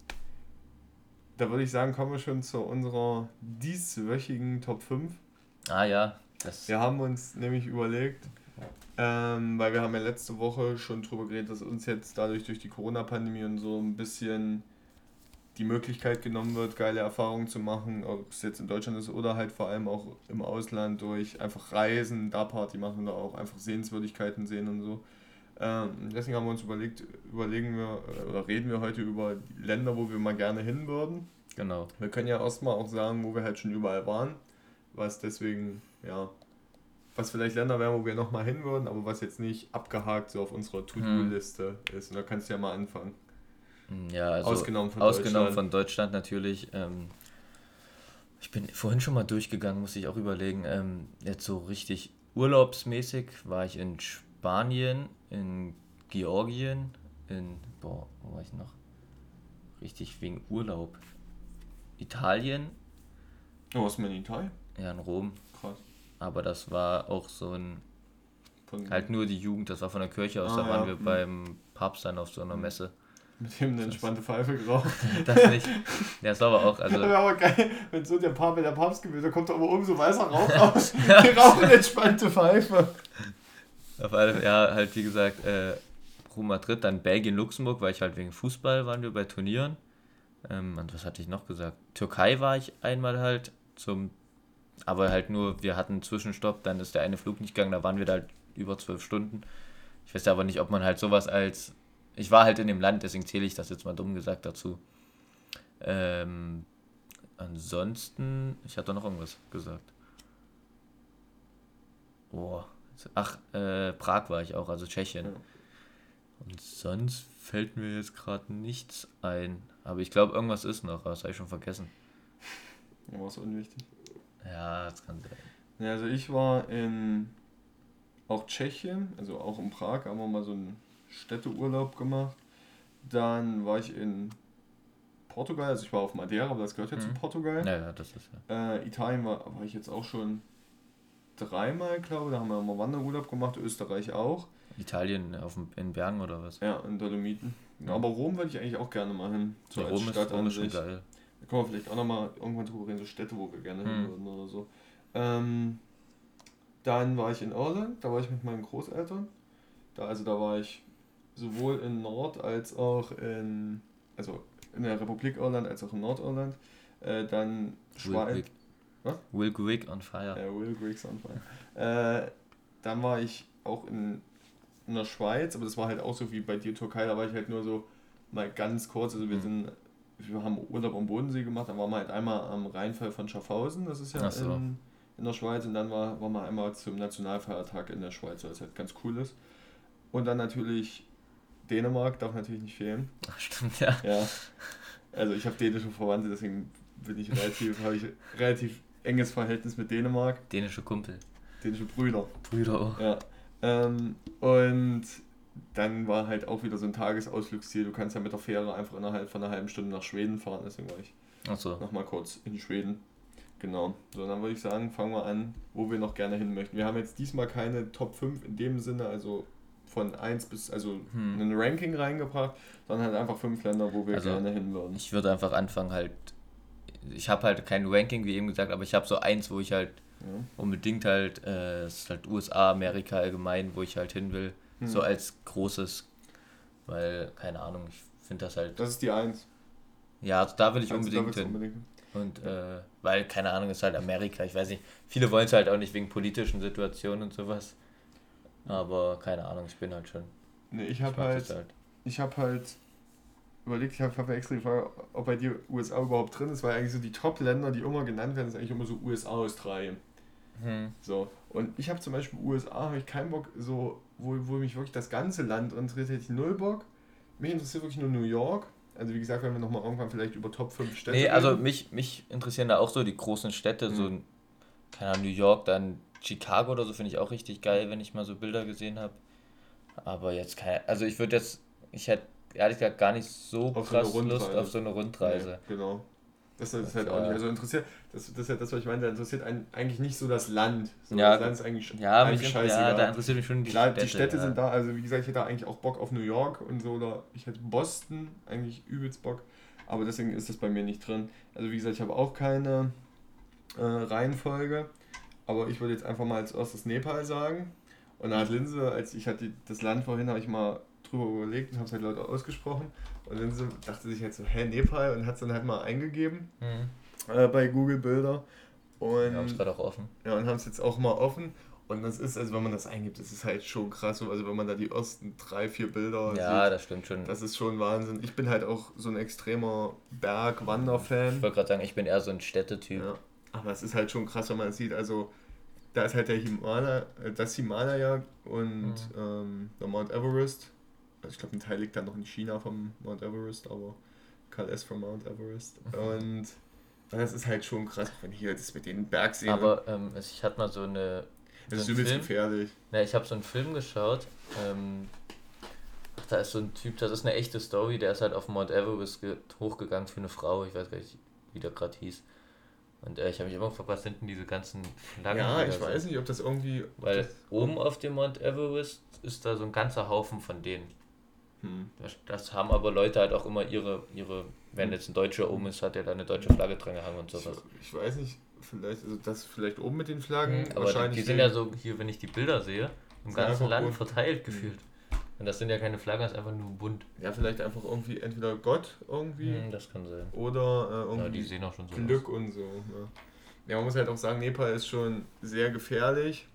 da würde ich sagen, kommen wir schon zu unserer dieswöchigen Top fünf. Ah ja. Das wir haben uns nämlich überlegt, ähm, weil wir haben ja letzte Woche schon drüber geredet, dass uns jetzt dadurch durch die Corona-Pandemie und so ein bisschen die Möglichkeit genommen wird, geile Erfahrungen zu machen, ob es jetzt in Deutschland ist oder halt vor allem auch im Ausland durch einfach Reisen, da Party machen oder auch einfach Sehenswürdigkeiten sehen und so. Ähm, deswegen haben wir uns überlegt, überlegen wir oder reden wir heute über Länder, wo wir mal gerne hin würden. Genau. Wir können ja erstmal auch sagen, wo wir halt schon überall waren, was deswegen, ja, was vielleicht Länder wären, wo wir nochmal hin würden, aber was jetzt nicht abgehakt so auf unserer To-Do-Liste hm. ist. Und da kannst du ja mal anfangen. Ja, also ausgenommen von ausgenommen Deutschland. von Deutschland natürlich. Ähm, ich bin vorhin schon mal durchgegangen, muss ich auch überlegen. Ähm, jetzt so richtig urlaubsmäßig war ich in Spanien, in Georgien, in, boah, wo war ich noch? Richtig wegen Urlaub. Italien. Oh, was ist denn in Italien? Ja, in Rom. Krass. Aber das war auch so ein, von halt nur die Jugend, das war von der Kirche aus, ah, da waren ja. wir beim Papst dann auf so einer Messe. Mit dem eine entspannte Pfeife geraucht. Das nicht. Ja, das war aber auch, also... Das wäre aber geil, wenn so der Papst, wenn der Papst gewesen, da kommt da aber oben so weißer Rauch raus. Wir rauchen eine entspannte Pfeife. Auf alle, ja, halt wie gesagt, äh, Rom, Madrid, dann Belgien, Luxemburg, weil ich halt wegen Fußball waren wir bei Turnieren. Ähm, und was hatte ich noch gesagt? Türkei war ich einmal halt zum, aber halt nur, wir hatten einen Zwischenstopp, dann ist der eine Flug nicht gegangen, da waren wir da halt über zwölf Stunden. Ich weiß aber nicht, ob man halt sowas als, ich war halt in dem Land, deswegen zähle ich das jetzt mal dumm gesagt dazu. Ähm, ansonsten, ich hatte noch irgendwas gesagt. Boah. Ach, äh, Prag war ich auch, also Tschechien. Ja. Und sonst fällt mir jetzt gerade nichts ein. Aber ich glaube, irgendwas ist noch, aber das habe ich schon vergessen. Ja, war so unwichtig. Ja, das kann sein. Ja, also ich war in auch Tschechien, also auch in Prag, haben wir mal so einen Städteurlaub gemacht. Dann war ich in Portugal, also ich war auf Madeira, aber das gehört ja Mhm. zu Portugal. Ja, ja, das ist ja. Äh, Italien war, war ich jetzt auch schon dreimal, glaube ich. Da haben wir mal Wanderurlaub gemacht, Österreich auch. Italien auf dem, in Bergen oder was? Ja, in Dolomiten. Ja, aber Rom würde ich eigentlich auch gerne mal hin. So Ja, als Rom ist, Stadt Rom an ist schon sich. geil. Da können wir vielleicht auch nochmal irgendwann drüber reden, so Städte, wo wir gerne hin Hm. würden oder so. Ähm, dann war ich in Irland, da war ich mit meinen Großeltern. Da, also da war ich sowohl in Nord- als auch in, also in der Republik Irland als auch in Nordirland. Äh, dann Will Schweiz. Grigg. Was? Will Grigg on fire. Ja, Will Griggs on fire. Äh, dann war ich auch in, in der Schweiz, aber das war halt auch so wie bei dir Türkei, da war ich halt nur so mal ganz kurz, also wir Mhm. sind, wir haben Urlaub am Bodensee gemacht, dann waren wir halt einmal am Rheinfall von Schaffhausen, das ist ja Ach so. in, in der Schweiz, und dann war, waren wir einmal zum Nationalfeiertag in der Schweiz, was halt ganz cool ist. Und dann natürlich Dänemark, darf natürlich nicht fehlen. Ach, stimmt, ja. Ja, also ich habe dänische Verwandte, deswegen bin ich relativ, habe ich relativ enges Verhältnis mit Dänemark, Dänische Kumpel. dänische Brüder. Brüder auch. Ja. Ähm, und dann war halt auch wieder so ein Tagesausflugsziel. Du kannst ja mit der Fähre einfach innerhalb von einer halben Stunde nach Schweden fahren. Deswegen war ich Achso. nochmal kurz in Schweden. Genau. So, dann würde ich sagen, fangen wir an, wo wir noch gerne hin möchten. Wir haben jetzt diesmal keine Top fünf in dem Sinne, also von eins bis, also Hm. ein Ranking reingebracht, sondern halt einfach fünf Länder, wo wir Also, gerne hin würden. Ich würde einfach anfangen halt. Ich habe halt kein Ranking, wie eben gesagt, aber ich habe so eins, wo ich halt Ja. unbedingt halt, äh, es ist halt U S A, Amerika allgemein, wo ich halt hin will. Hm. So als großes, weil, keine Ahnung, ich finde das halt. Das ist die eins. Ja, also da will ich Also, da unbedingt willst du hin. unbedingt hin. Und äh, weil, keine Ahnung, ist halt Amerika, ich weiß nicht, viele wollen es halt auch nicht wegen politischen Situationen und sowas. Aber keine Ahnung, ich bin halt schon. Nee, ich Ich habe mag halt, das halt. ich habe halt überlegt, ich habe hab extra gefragt, ob bei dir U S A überhaupt drin ist, weil eigentlich so die Top-Länder, die immer genannt werden, ist eigentlich immer so U S A, Australien. Hm. So. Und ich habe zum Beispiel U S A, habe ich keinen Bock, so, wo, wo mich wirklich das ganze Land interessiert, hätte ich null Bock. Mich interessiert wirklich nur New York. Also wie gesagt, wenn wir nochmal irgendwann vielleicht über Top fünf Städte Nee, also reden. mich, mich interessieren da auch so die großen Städte, so, Mhm. keine Ahnung, New York, dann Chicago oder so finde ich auch richtig geil, wenn ich mal so Bilder gesehen habe. Aber jetzt keine, also ich würde jetzt, ich hätte ehrlich gesagt gar nicht so Auf so eine krass Lust Rundreise. auf so eine Rundreise. Nee, genau. Das ist Das, halt auch äh, nicht. Also interessiert, das, das ist ja das, was ich meinte, da interessiert einen eigentlich nicht so das Land. So, Ja, das Land ist eigentlich Ja, eigentlich mich, scheißegal. ja, da interessiert mich schon die Klar, Städte. die Städte ja. sind da, also wie gesagt, ich hätte eigentlich auch Bock auf New York und so, oder ich hätte Boston eigentlich übelst Bock, aber deswegen ist das bei mir nicht drin. Also wie gesagt, ich habe auch keine äh, Reihenfolge, aber ich würde jetzt einfach mal als erstes Nepal sagen. Und dann hat Linse, als ich hatte das Land vorhin, habe ich mal drüber überlegt und habe es halt laut ausgesprochen. Und Linse dachte sich halt so, hä, Nepal? Und hat es dann halt mal eingegeben Mhm. äh, bei Google Bilder. Und Wir haben es gerade auch offen. ja, und haben es jetzt auch mal offen. Und das ist, also wenn man das eingibt, das ist halt schon krass. Also wenn man da die ersten drei, vier Bilder Ja, sieht, das stimmt schon. das ist schon Wahnsinn. Ich bin halt auch so ein extremer Ich Berg-Wander-Fan. wollte gerade sagen, ich bin eher so ein Städtetyp. Ja, aber es ist halt schon krass, wenn man es sieht. Also da ist halt der Himalaya, äh, das Himalaya und Mhm. ähm, der Mount Everest. Also ich glaube, ein Teil liegt dann noch in China vom Mount Everest, aber Karl S. vom Mount Everest. Und das ist halt schon krass, wenn hier das mit den Bergseen. Aber ähm, es- ich hatte mal so eine. das ist so einen übelst Film. gefährlich. Ja, ich habe so einen Film geschaut. Ähm, ach, da ist so ein Typ, das ist eine echte Story, der ist halt auf Mount Everest ge- hochgegangen für eine Frau, ich weiß gar nicht, wie der gerade hieß. Und äh, ich habe mich immer gefragt, was sind denn diese ganzen Flaggen? Ja, die ich da weiß sind? nicht, ob das irgendwie. Ob Weil das, oben auf dem Mount Everest ist da so ein ganzer Haufen von denen. hm. Das, das haben aber Leute halt auch immer ihre, ihre, wenn jetzt ein Deutscher oben ist, hat der da eine deutsche Flagge dran gehangen und ich, sowas. ich weiß nicht, vielleicht, also das vielleicht oben mit den Flaggen. Mhm, aber die, wahrscheinlich die sind ja so, hier, wenn ich die Bilder sehe, im Ist ganzen einfach Land bunt. verteilt gefühlt. Und das sind ja keine Flaggen, das ist einfach nur bunt. Ja, vielleicht einfach irgendwie entweder Gott irgendwie Hm, das kann sein. oder äh, Ja, irgendwie die sehen auch schon so Glück und so. Ja. ja, man muss halt auch sagen, Nepal ist schon sehr gefährlich.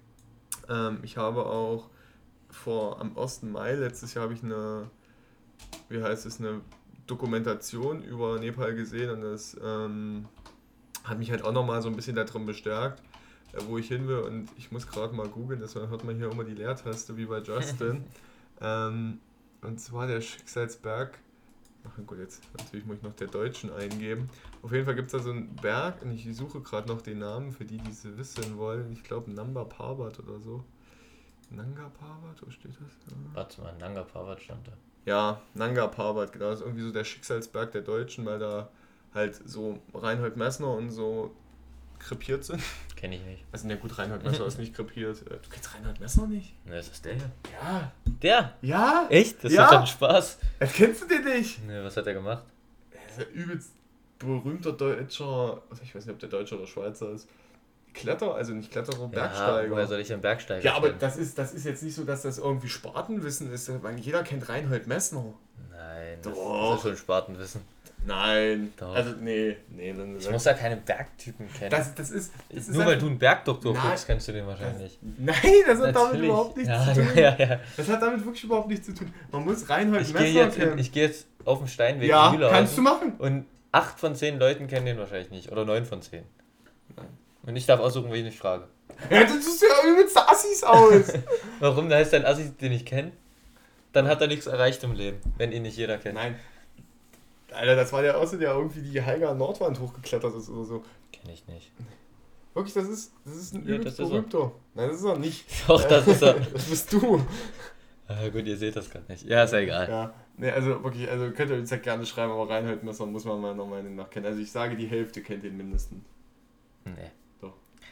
Ähm, ich habe auch vor am ersten Mai letztes Jahr habe ich eine, wie heißt es, eine Dokumentation über Nepal gesehen und das ähm, hat mich halt auch nochmal so ein bisschen darin bestärkt, äh, wo ich hin will, und ich muss gerade mal googeln, deswegen hört man hier immer die Leertaste wie bei Justin. ähm, und zwar der Schicksalsberg. Ach gut, jetzt natürlich muss ich noch der Deutschen eingeben. Auf jeden Fall gibt es da so einen Berg und ich suche gerade noch den Namen für die, die es wissen wollen. Ich glaube Namba Parbat oder so. Nanga Parbat, wo steht das? Ja. Warte mal, Nanga Parbat stand da. Ja, Nanga Parbat, genau. Das ist irgendwie so der Schicksalsberg der Deutschen, weil da halt so Reinhold Messner und so krepiert sind. Kenn ich nicht. Also, na gut, Reinhold Messner ist nicht krepiert. Du kennst Reinhold Messner nicht? Ne, ist das der hier? Ja. Der? Ja? Echt? Das Ja? ist doch ein Spaß. Das kennst du den nicht? Ne, was hat er gemacht? Er ist ein übelst berühmter deutscher, also ich weiß nicht, ob der Deutscher oder Schweizer ist, Kletter, also nicht Kletterer, Bergsteiger. Ja, woher soll ich denn Bergsteiger Ja, aber kennen? das ist, das ist jetzt nicht so, dass das irgendwie Spatenwissen ist. Weil jeder kennt Reinhold Messner. Nein, das, Doch. das ist schon Spatenwissen. Nein. Doch. Also, nee. nee dann, Ich muss ja keine Bergtypen kennen. das, das ist, das ist Nur weil einfach- du einen Bergdoktor Nein. guckst, kennst du den wahrscheinlich. Nein, das hat damit Natürlich. überhaupt nichts ja, zu tun. Ja, ja, ja. Das hat damit wirklich überhaupt nichts zu tun. Man muss Reinhold Ich gehe Messner jetzt, in- kennen. ich geh jetzt auf den Steinweg Ja, in Mühlhausen kannst du machen. und acht von zehn Leuten kennen den wahrscheinlich nicht. Oder neun von zehn. Nein. Und ich darf aussuchen, wen ich frage. Ja, das sieht ja übelst Assis aus. Warum? Da heißt ein Assi, den ich kenne? Dann hat er nichts erreicht im Leben, wenn ihn nicht jeder kennt. Nein. Alter, das war der Erste, der irgendwie die Heiger Nordwand hochgeklettert ist oder so. Kenn ich nicht. Wirklich, das ist, das ist ein Ja, übelst das ist er. berühmter. Nein, das ist er nicht. Doch, das ist er. Das bist du. Ah, gut, ihr seht das gerade nicht. Ja, ist ja egal. Ja, ne, also wirklich, also könnt ihr uns ja gerne schreiben, aber Reinhold Messner muss man meiner Meinung nach kennen. Also ich sage, die Hälfte kennt ihn mindestens. Nee. Doch.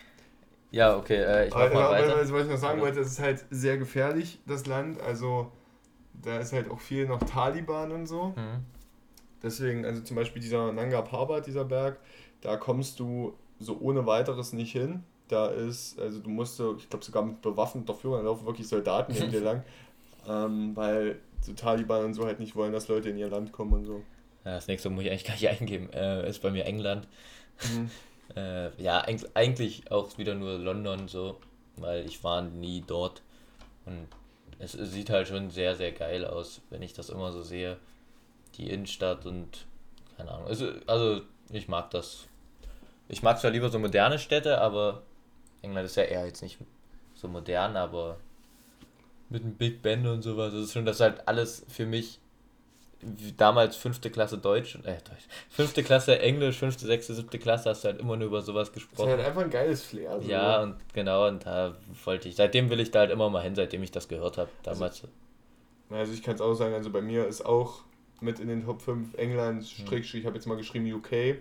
Ja, okay, äh, ich mach Aber, mal aber, weiter. also, was ich noch sagen Oder? wollte, es ist halt sehr gefährlich, das Land. Also da ist halt auch viel noch Taliban und so. Mhm. Deswegen, also zum Beispiel dieser Nanga Parbat, dieser Berg, da kommst du so ohne weiteres nicht hin. Da ist, also du musst, so, ich glaube sogar mit bewaffneter Führung, da laufen wirklich Soldaten neben dir lang, ähm, weil so Taliban und so halt nicht wollen, dass Leute in ihr Land kommen und so. Ja, das nächste muss ich eigentlich gar nicht eingeben. Äh, ist bei mir England. Mhm. Äh, ja, eig- eigentlich auch wieder nur London so, weil ich war nie dort. Und es, es sieht halt schon sehr, sehr geil aus, wenn ich das immer so sehe. Die Innenstadt und keine Ahnung. Also, also ich mag das. Ich mag zwar lieber so moderne Städte, aber England ist ja eher jetzt nicht so modern, aber mit dem Big Ben und sowas. Das ist schon das halt alles für mich wie damals fünfte Klasse Deutsch, äh, Deutsch, fünfte Klasse Englisch, fünfte, sechste, siebte Klasse hast du halt immer nur über sowas Das ist gesprochen. halt einfach ein geiles Flair. So. Ja, und genau, und da wollte ich, seitdem will ich da halt immer mal hin, seitdem ich das gehört habe. Damals. Also ich kann es auch sagen, also bei mir ist auch mit in den Top fünf England, Strich, ich habe jetzt mal geschrieben U K.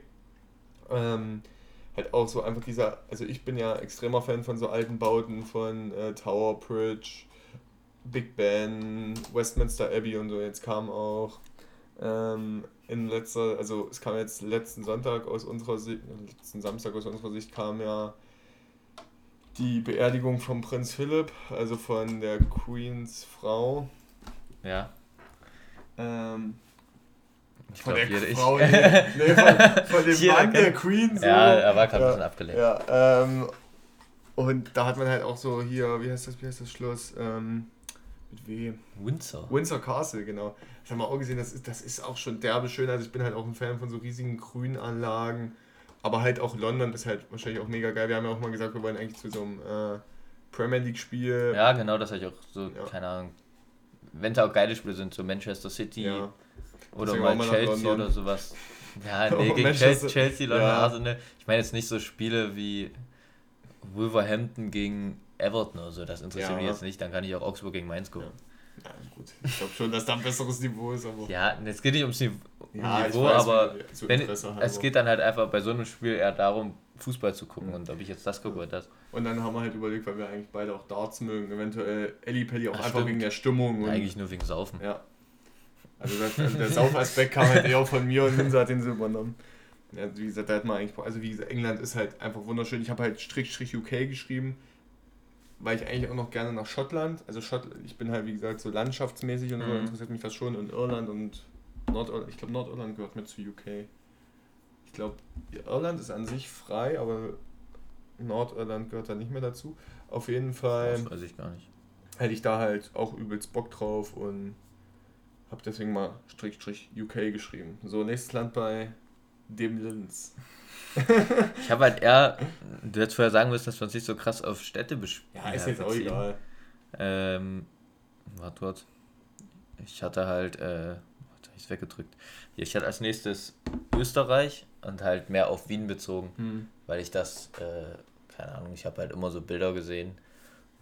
Ähm, halt auch so einfach dieser, also ich bin ja extremer Fan von so alten Bauten, von äh, Tower Bridge, Big Ben, Westminster Abbey und so. Jetzt kam auch ähm, in letzter, also es kam jetzt letzten Sonntag aus unserer Sicht, letzten Samstag aus unserer Sicht kam ja die Beerdigung von Prinz Philipp, also von der Queens Frau. Ja. Ähm, Ich von glaub, der jeder- ich- Frau, nee, nee, von, von dem Jeder Mann der kennt- Queen. So. Ja, er war gerade ja, ein bisschen abgelenkt. Ja, ähm, und da hat man halt auch so hier, wie heißt das, wie heißt das Schloss? Ähm, mit wem? Windsor. Windsor Castle, genau. Das haben wir auch gesehen, das ist, das ist auch schon derbe schön. Also ich bin halt auch ein Fan von so riesigen Grünanlagen. Aber halt auch London ist halt wahrscheinlich auch mega geil. Wir haben ja auch mal gesagt, wir wollen eigentlich zu so einem äh, Premier League Spiel. Ja, genau, das habe ich auch so, Ja. keine Ahnung. Wenn es auch geile Spiele sind, so Manchester City Ja. oder Deswegen mal auch mal nach Chelsea London. oder sowas. Ja, nee, Oh, gegen Manchester- Chelsea, Chelsea, London, ja. Arsenal. Ich meine jetzt nicht so Spiele wie Wolverhampton gegen Everton oder so, das interessiert Ja. mich jetzt nicht. Dann kann ich auch Augsburg gegen Mainz gucken. Ja, gut. Ich glaube schon, dass da ein besseres Niveau ist, aber. Ja, es geht nicht ums Niveau, Ja, ich Niveau weiß, aber wie- so wenn, Interesse es halber. geht dann halt einfach bei so einem Spiel eher darum, Fußball zu gucken und ob ich jetzt das gucke oder das. Und dann haben wir halt überlegt, weil wir eigentlich beide auch Darts mögen, eventuell Ellie Pelli auch Ach, einfach stimmt. wegen der Stimmung. Und, Eigentlich nur wegen Saufen. Ja. Also das, also der Saufaspekt kam halt eher von mir und Linse hat den so übernommen. Ja, wie gesagt, da hat man eigentlich, also wie gesagt, England ist halt einfach wunderschön. Ich habe halt Strich Strich U K geschrieben, weil ich eigentlich auch noch gerne nach Schottland, also Schott, ich bin halt wie gesagt so landschaftsmäßig und so, Mhm. interessiert mich das schon. Und Irland und Nordirland, ich glaube Nordirland gehört mit zu U K. Ich glaube, Irland ist an sich frei, aber Nordirland gehört da nicht mehr dazu. Auf jeden Fall Das weiß ich gar nicht. hätte ich da halt auch übelst Bock drauf und habe deswegen mal Strich Strich U K geschrieben. So, nächstes Land bei dem Linz. Ich habe halt eher, du hättest vorher sagen müssen, dass wir uns nicht so krass auf Städte besch- Ja, ist ja, jetzt auch beziehen. egal. Ähm, warte kurz. Ich hatte halt, äh, warte, hab ich's weggedrückt. Ich hatte als nächstes Österreich und halt mehr auf Wien bezogen, Hm. weil ich das, äh, keine Ahnung, ich habe halt immer so Bilder gesehen,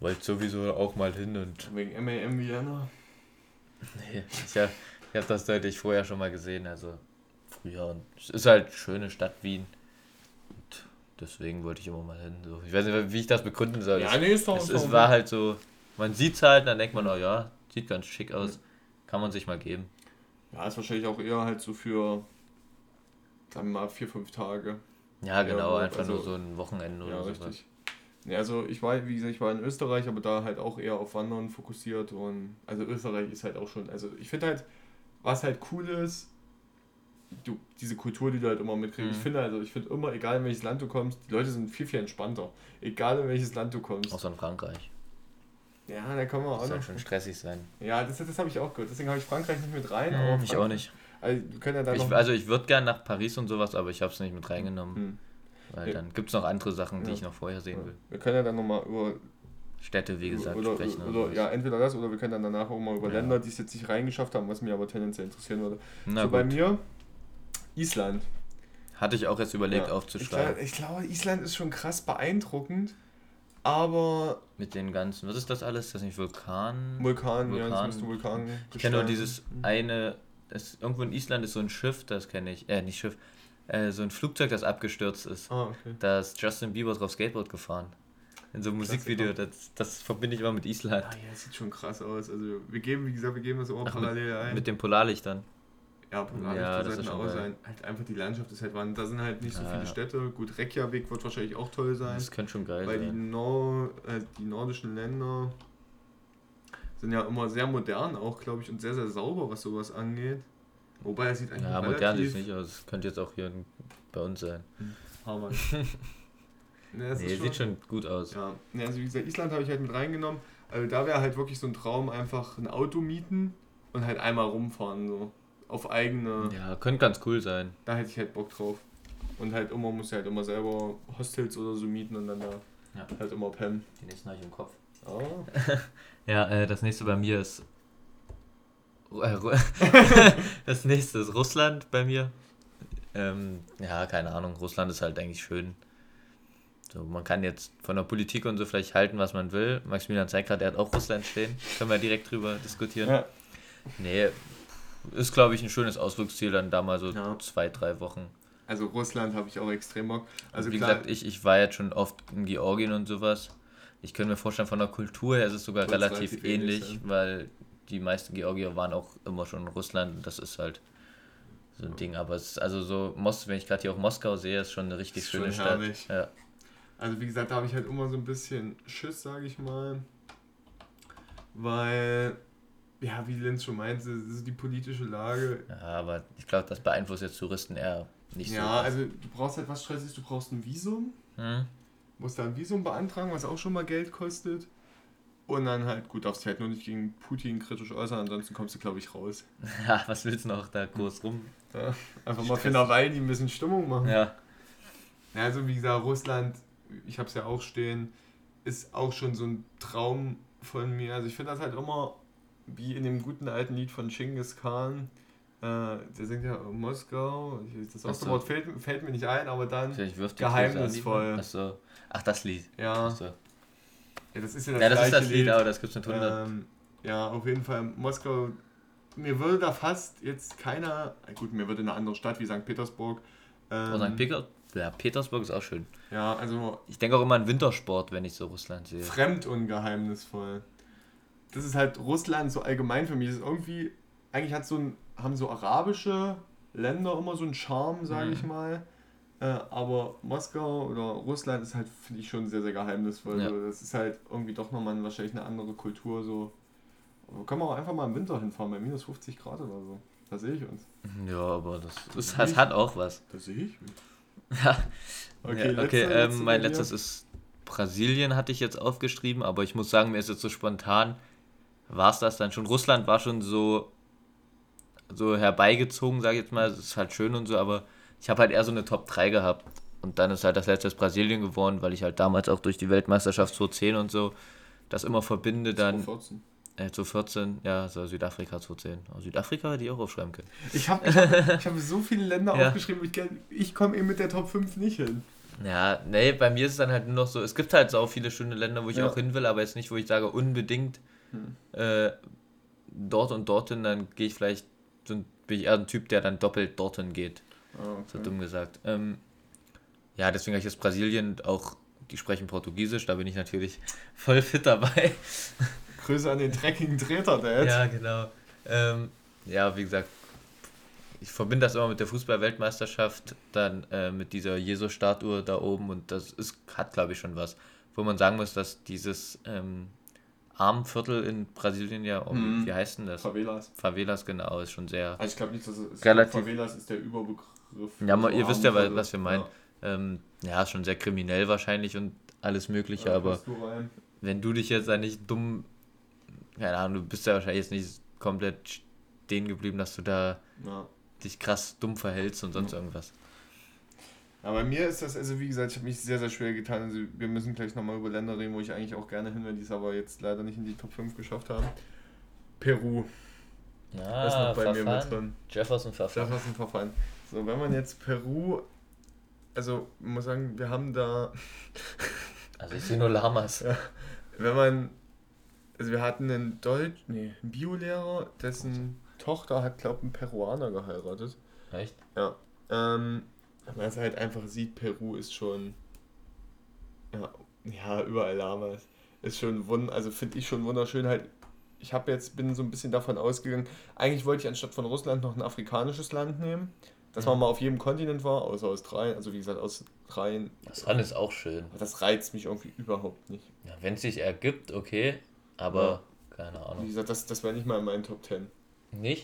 wollte sowieso auch mal hin und... Wegen M A M Vienna? Nee, ich habe ich hab das deutlich vorher schon mal gesehen, also früher. Und es ist halt eine schöne Stadt Wien. Und deswegen wollte ich immer mal hin. So. Ich weiß nicht, wie ich das begründen soll. Ja, nee, ist doch... Es, ist es doch war halt so, man sieht es halt, dann denkt man, oh ja, sieht ganz schick aus. Kann man sich mal geben. Ja, ist wahrscheinlich auch eher halt so für, sagen wir mal, vier, fünf Tage. Ja, genau, Ja, einfach also- nur so ein Wochenende Ja, oder so. richtig. Ja, also ich war, wie gesagt, ich war in Österreich, aber da halt auch eher auf Wandern fokussiert und also Österreich ist halt auch schon, also ich finde halt, was halt cool ist, du, diese Kultur, die du halt immer mitkriegst, Mhm. ich finde also, ich finde immer, egal in welches Land du kommst, die Leute sind viel, viel entspannter. Egal in welches Land du kommst. Außer in Frankreich. Ja, da kann man auch Das soll noch. schon stressig sein. Ja, das, das habe ich auch gehört, deswegen habe ich Frankreich nicht mit rein. Mhm, aber ich auch Frankreich- nicht. Also, wir können ja da Ich, noch... also ich würde gerne nach Paris und sowas, aber ich habe es nicht mit reingenommen. Hm. Weil Ja. dann gibt es noch andere Sachen, die Ja. ich noch vorher sehen Ja. will. Wir können ja dann nochmal über Städte, wie gesagt, oder, sprechen. oder, sowas. ja, entweder das oder wir können dann danach auch mal über Ja. Länder, die es jetzt nicht reingeschafft haben, was mich aber tendenziell interessieren würde. Na so bei gut. mir, Island. Hatte ich auch jetzt überlegt Ja. aufzuschreiben. Ich, glaub, ich glaube, Island ist schon krass beeindruckend, aber Mit den ganzen, was ist das alles? Ist das nicht Vulkan? Vulkan, ja, das Vulkan. müsste Vulkan. Ich kenne nur dieses eine, das, irgendwo in Island ist so ein Schiff, das kenne ich, äh, nicht Schiff, äh, so ein Flugzeug, das abgestürzt ist. Ah, okay. Da ist Justin Bieber drauf Skateboard gefahren. In so einem Musikvideo, das, das verbinde ich immer mit Island. Ah, ja, das sieht schon krass aus. Also wir geben, wie gesagt, wir geben das auch Ach, parallel ein. Mit den Polarlichtern. Ja, Polarlichter Ja, das sollten ist schon auch geil. sein. Halt einfach die Landschaft ist halt Wahnsinn. Da sind halt nicht so Ja, viele ja. Städte. Gut, Reykjavik wird wahrscheinlich auch toll sein. Das könnte schon geil Weil die, sein. Nor äh, die nordischen Länder sind ja immer sehr modern auch, glaube ich, und sehr, sehr sauber, was sowas angeht. Wobei es sieht eigentlich Ja, relativ... modern ist nicht aus. Das könnte jetzt auch hier in- bei uns sein. Hammer. Ne, das Nee, ist sieht schon gut aus. Ja, ne, also wie gesagt, Island habe ich halt mit reingenommen. Also da wäre halt wirklich so ein Traum, einfach ein Auto mieten und halt einmal rumfahren, so. Auf eigene... Ja, könnte ganz cool sein. Da hätte ich halt Bock drauf. Und halt immer, muss halt immer selber Hostels oder so mieten und dann da Ja. halt immer pennen. Die nächsten habe ich im Kopf. Oh. Ja, äh, das nächste bei mir ist. Ru- äh, Ru- das nächste ist Russland bei mir. Ähm, ja, keine Ahnung. Russland ist halt eigentlich schön. So, man kann jetzt von der Politik und so vielleicht halten, was man will. Maximilian zeigt gerade, er hat auch Russland stehen. Können wir direkt drüber diskutieren. Ja. Nee, ist glaube ich ein schönes Ausflugsziel, dann da mal so Ja. zwei, drei Wochen. Also Russland habe ich auch extrem Bock. Also Wie klar, gesagt, ich, ich war jetzt schon oft in Georgien und sowas. Ich könnte mir vorstellen, von der Kultur her ist es sogar Wird's relativ, relativ ähnlich ähnlich, sein. weil die meisten Georgier waren auch immer schon in Russland und das ist halt so ein Ding. Aber es ist also so, Mos wenn ich gerade hier auch Moskau sehe, ist schon eine richtig Ist schöne schon Stadt. herrlich. Ja. Also wie gesagt, da habe ich halt immer so ein bisschen Schiss, sage ich mal. Weil, ja, wie Lenz schon meinte, das ist die politische Lage. ja, aber ich glaube, das beeinflusst jetzt Touristen eher nicht so. Ja, krass. also du brauchst halt was Stressiges, du brauchst ein Visum. Hm? Musst da ein Visum beantragen, was auch schon mal Geld kostet. Und dann halt, gut, darfst dich halt nur nicht gegen Putin kritisch äußern, ansonsten kommst du, glaube ich, raus. Ja, was willst du noch da groß rum? Ja, einfach mal für Stress. eine Weile ein bisschen Stimmung machen. Ja, Ja, also wie gesagt, Russland, ich habe es ja auch stehen, ist auch schon so ein Traum von mir. Also ich finde das halt immer, wie in dem guten alten Lied von Genghis Khan, äh, der singt ja Moskau, ich- das Ach erste so. Wort fällt, fällt mir nicht ein, aber dann, vielleicht wirft die Geheimnisvoll. Achso. Ach, das Lied. ja, Achso. ja, das ist ja das Ja, das ist gleiche das Lied, aber das gibt's mit hundert. Ähm, ja, auf jeden Fall Moskau. Mir würde da fast jetzt keiner, gut, mir würde eine andere Stadt wie Sankt Petersburg. Ähm, Oh, Sankt Peter- ja, Petersburg ist auch schön. ja, also Ich denke auch immer an Wintersport, wenn ich so Russland sehe. fremd und geheimnisvoll. Das ist halt Russland so allgemein für mich. Das ist irgendwie, eigentlich hat so ein, haben so arabische Länder immer so einen Charme, sage Mhm. ich mal. Äh, aber Moskau oder Russland ist halt, finde ich, schon sehr, sehr geheimnisvoll. Ja. So, das ist halt irgendwie doch nochmal wahrscheinlich eine andere Kultur. So. Aber können wir auch einfach mal im Winter hinfahren, bei minus fünfzig Grad oder so. Da sehe ich uns. Ja, aber das, das, das hat auch was. Da sehe ich mich. Ja. Okay, Ja, okay letzte- ähm, letzte mein bei dir. letztes ist Brasilien, hatte ich jetzt aufgeschrieben, aber ich muss sagen, mir ist jetzt so spontan, war es das dann schon. Russland war schon so, so herbeigezogen, sage ich jetzt mal. Es ist halt schön und so, aber ich habe halt eher so eine Top drei gehabt. Und dann ist halt das letzte Brasilien geworden, weil ich halt damals auch durch die Weltmeisterschaft zwanzig zehn und so das immer verbinde. Dann zweitausendvierzehn. äh, zu vierzehn, ja, so Südafrika zwanzig zehn. Aber Südafrika hätte ich auch aufschreiben können. Ich habe ich hab, ich hab so viele Länder Ja. aufgeschrieben, ich, kenn- ich komme eben mit der Top fünf nicht hin. Ja, nee, bei mir ist es dann halt nur noch so, es gibt halt so auch viele schöne Länder, wo ich Ja. auch hin will, aber jetzt nicht, wo ich sage, unbedingt Hm. äh, dort und dorthin, dann gehe ich vielleicht, so ein, bin ich eher ein Typ, der dann doppelt dorthin geht, Ah, okay. so dumm gesagt. Ähm, ja, deswegen habe ich jetzt Brasilien auch, die sprechen Portugiesisch, da bin ich natürlich voll fit dabei. Grüße an den dreckigen Treter-Dad. Ja, genau. Ähm, ja, wie gesagt, ich verbinde das immer mit der Fußball-Weltmeisterschaft, dann äh, mit dieser Jesus-Statue da oben und das ist, hat, glaube ich, schon was. Wo man sagen muss, dass dieses ähm, Armenviertel in Brasilien ja, oh, Mhm. wie heißt denn das? Favelas. Favelas, genau, ist schon sehr... Also ich glaube nicht, dass es Relativ- Favelas ist der Überbegriff. Ja, für mal, so ihr wisst ja, Armenviertel. was wir meinen. Ja. Ähm, ja, ist schon sehr kriminell wahrscheinlich und alles Mögliche, Ja, aber passt du rein. wenn du dich jetzt da nicht dumm... Keine Ahnung, du bist ja wahrscheinlich jetzt nicht komplett stehen geblieben, dass du da Ja. dich krass dumm verhältst und sonst Ja. irgendwas. Aber bei mir ist das, also wie gesagt, ich habe mich sehr, sehr schwer getan. Also wir müssen gleich nochmal über Länder reden, wo ich eigentlich auch gerne hin will, die es aber jetzt leider nicht in die Top fünf geschafft haben. Peru Ja, ist noch bei mir mit drin. Jefferson Verfahren. Jefferson Verfahren. So, wenn man jetzt Peru, also man muss sagen, wir haben da, Also ich sehe nur Lamas. Ja. wenn man, also wir hatten einen Deutsch, nee, einen Biolehrer, dessen Tochter hat, glaube ich, einen Peruaner geheiratet. Echt? Ja. Ähm, wenn man es halt einfach sieht, Peru ist schon, ja, ja überall Lamas. Ist schon wund, also finde ich schon wunderschön halt. Ich habe jetzt, bin so ein bisschen davon ausgegangen, eigentlich wollte ich anstatt von Russland noch ein afrikanisches Land nehmen, dass man Mhm. mal auf jedem Kontinent war, außer Australien, also wie gesagt, Australien, Das Rand ist auch schön. das reizt mich irgendwie überhaupt nicht. Ja, wenn es sich ergibt, okay, aber keine Wie Ahnung. gesagt, das, das wäre nicht mal in meinen Top Ten. Nicht?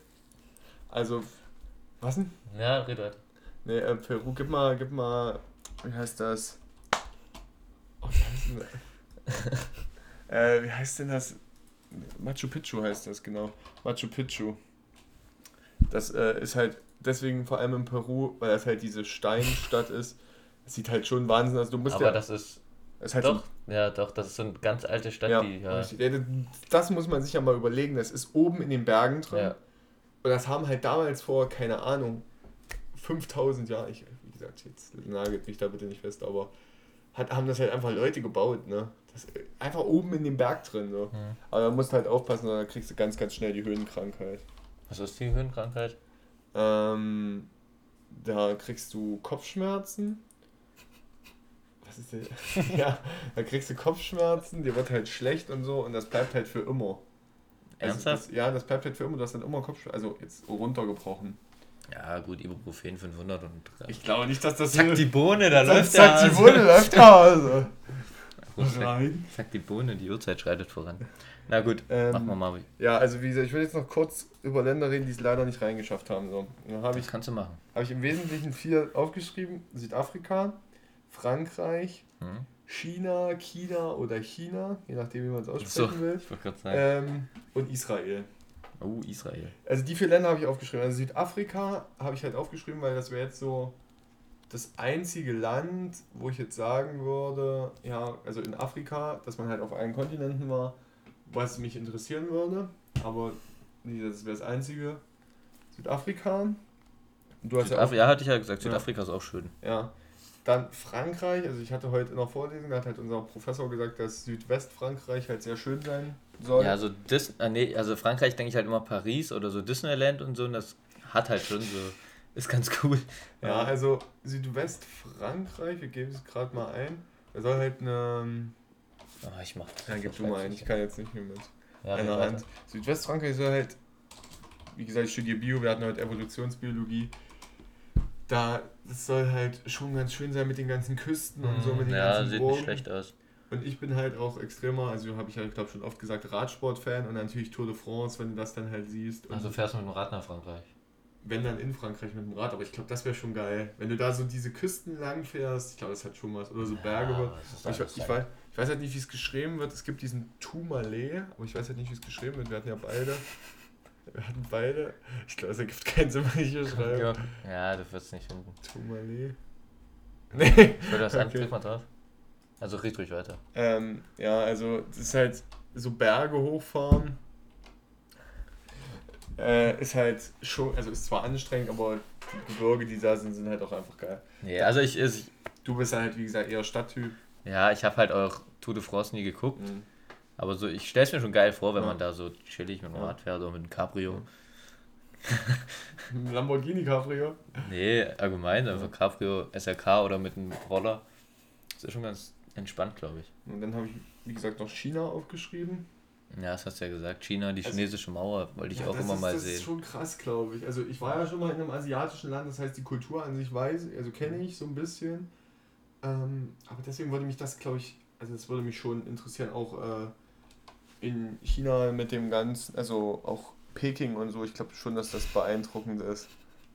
Also, was denn? Ja, red weiter. Ne, äh, Peru, gib mal, gib mal, wie heißt das? Oh, wie heißt denn das? äh, wie heißt denn das? Machu Picchu heißt das, genau. Machu Picchu. Das äh, ist halt deswegen vor allem in Peru, weil das halt diese Steinstadt ist. Das sieht halt schon Wahnsinn aus. Du musst Aber ja. das ist, Das ist halt doch, ja doch, das ist so eine ganz alte Stadt, ja, die, ja, richtig. Ja, das muss man sich ja mal überlegen. Das ist oben in den Bergen drin. ja, Und das haben halt damals vor, keine Ahnung, fünftausend Jahren, ich, wie gesagt, jetzt nagelt mich da bitte nicht fest, aber hat, haben das halt einfach Leute gebaut, ne? Das, einfach oben in dem Berg drin, so. Mhm. Aber da musst du halt aufpassen, da kriegst du ganz, ganz schnell die Höhenkrankheit. Was ist die Höhenkrankheit? Ähm, da kriegst du Kopfschmerzen. Was ist das? Ja, da kriegst du Kopfschmerzen, dir wird halt schlecht und so und das bleibt halt für immer. Also Ernsthaft? das, ja, das bleibt halt für immer, du hast dann immer Kopfschmerzen, also jetzt runtergebrochen. Ja gut, Ibuprofen fünfhundert und... Ich glaube nicht, dass das Zack, die Bohne, da Zack, läuft zack, der die Wunde läuft ja also. Zack, Rein. zack, die Bohne, die Uhrzeit schreitet voran. Na gut, Ähm, machen wir mal. Ja, also wie gesagt, ich will jetzt noch kurz über Länder reden, die es leider nicht reingeschafft haben. So. Dann habe ich, Das kannst du machen. hab ich im Wesentlichen vier aufgeschrieben. Südafrika, Frankreich, Hm? China, China oder China, je nachdem wie man es aussprechen So, will. ich wollte gerade sagen. Ähm, und Israel. Oh, Israel. Also die vier Länder habe ich aufgeschrieben. Also Südafrika habe ich halt aufgeschrieben, weil das wäre jetzt so das einzige Land, wo ich jetzt sagen würde, ja, also in Afrika, dass man halt auf allen Kontinenten war, was mich interessieren würde. Aber nee, das wäre das einzige. Südafrika. Du hast ja auch, Südafrika, ja, hatte ich ja gesagt, Ja. Südafrika ist auch schön. ja. Dann Frankreich, also ich hatte heute in der Vorlesung, da hat halt unser Professor gesagt, dass Südwestfrankreich halt sehr schön sein soll. Ja, also, Dis ah, nee, also Frankreich denke ich halt immer Paris oder so Disneyland und so und das hat halt schon so, ist ganz cool. Ja, also Südwestfrankreich, wir geben es gerade mal ein. Da soll halt eine. Ah, ich mach das. Ja, gib das du mal weiß ein, ich ich kann jetzt nicht mehr mit Ja, einer weiter. Hand. Südwestfrankreich soll halt, wie gesagt, ich studiere Bio, wir hatten heute Evolutionsbiologie. Da, das soll halt schon ganz schön sein mit den ganzen Küsten und so, mit den Ja, ganzen sieht Burgen. nicht schlecht aus. Und ich bin halt auch extremer, also habe ich halt, glaube schon oft gesagt, Radsport-Fan und natürlich Tour de France, wenn du das dann halt siehst. Und Also fährst du mit dem Rad nach Frankreich? wenn dann in Frankreich mit dem Rad, aber ich glaube, das wäre schon geil. Wenn du da so diese Küsten lang fährst, ich glaube, das hat schon was. Oder so Berge. Ja, wird. aber es ist Aber ich, alles ich, halt- weiß, ich weiß halt nicht, wie es geschrieben wird. Es gibt diesen Tourmalet, aber ich weiß halt nicht, wie es geschrieben wird. Wir hatten ja beide. Wir hatten beide. Ich glaube, es ergibt keinen Sinn, wenn ich hier schreibe. Ja, du wirst es nicht finden. Tourmalet. Nee. Ich würde das an, Okay. klick mal drauf. Also red ruhig weiter. Ähm, ja, also, das ist halt so Berge hochfahren. Äh, ist halt schon, also ist zwar anstrengend, aber die Gebirge, die da sind, sind halt auch einfach geil. Nee, also ich, ich Du bist halt, wie gesagt, eher Stadttyp. Ja, ich habe halt auch Tour de France nie geguckt. Mhm. Aber so, ich stelle es mir schon geil vor, wenn Ja. man da so chillig mit dem Ja. Rad fährt oder mit einem Cabrio. Ein Lamborghini Cabrio. Nee, allgemein, einfach Cabrio, S L K oder mit einem Roller. Das ist schon ganz entspannt, glaube ich. Und dann habe ich, wie gesagt, noch China aufgeschrieben. Ja, das hast du ja gesagt. China, die Also- chinesische Mauer, wollte ich Ja, auch das immer ist, mal das sehen. ist schon krass, glaube ich. Also ich war ja schon mal in einem asiatischen Land, das heißt die Kultur an sich weiß, also kenne ich so ein bisschen. Ähm, aber deswegen würde mich das, glaube ich, also das würde mich schon interessieren, auch äh, in China mit dem ganzen, also auch Peking und so, ich glaube schon, dass das beeindruckend ist.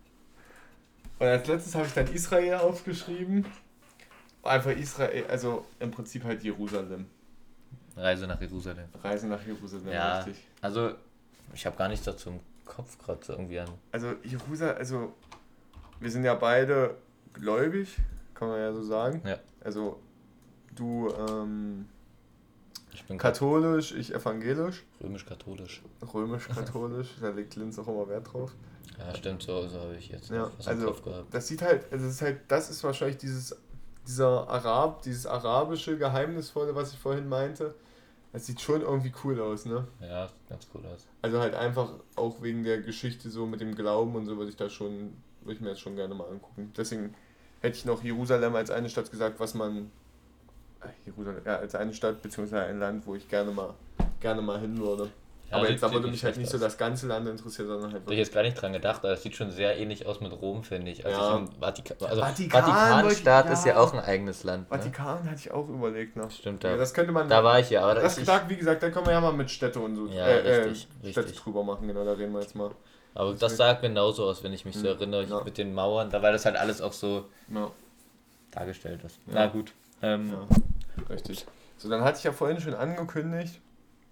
Und als letztes habe ich dann Israel aufgeschrieben. Einfach Israel, also im Prinzip halt Jerusalem. Reise nach Jerusalem. Reise nach Jerusalem, Ja, richtig. also ich habe gar nichts dazu im Kopf gerade so irgendwie an. Also Jerusalem, also wir sind ja beide gläubig, kann man ja so sagen. Ja. Also du ähm, Ich bin katholisch, ich evangelisch, römisch-katholisch. römisch-katholisch, da legt Linz auch immer Wert drauf. Ja, stimmt, so, so habe ich jetzt Ja, was im also Kopf gehabt. das sieht halt, also das ist halt, das ist wahrscheinlich dieses, dieser Arab, dieses arabische, geheimnisvolle, was ich vorhin meinte. Das sieht schon irgendwie cool aus, ne? Ja, sieht ganz cool aus. Also halt einfach auch wegen der Geschichte so mit dem Glauben und so würde ich da schon, würde ich mir jetzt schon gerne mal angucken. Deswegen hätte ich noch Jerusalem als eine Stadt gesagt, was man, äh, Jerusalem, ja, als eine Stadt beziehungsweise ein Land, wo ich gerne mal, gerne mal hin würde. Ja, Aber sieht- jetzt da sieht würde nicht mich halt schlecht nicht so aus. das ganze Land interessieren, sondern halt Habe ich jetzt gar nicht dran gedacht, aber es sieht schon sehr ähnlich aus mit Rom, finde ich. Als Ja. ich im Vatikan, also Vatikan Vatikanstaat wollte ich- ist ja ja. auch ein eigenes Land. Ne? Vatikan hatte ich auch überlegt noch. Stimmt, Ja, da, das könnte man. da war ich ja. Aber das ich, gesagt, wie gesagt, da können wir ja mal mit Städte und so. Ja, äh, richtig, äh, Städte richtig. drüber machen, genau, da reden wir jetzt mal. aber das sah genauso aus, wenn ich mich so Hm, erinnere, ja. mit den Mauern, da war das halt alles auch so Ja, dargestellt ist. Ja. Na gut. Ähm, ja, richtig. So, dann hatte ich ja vorhin schon angekündigt,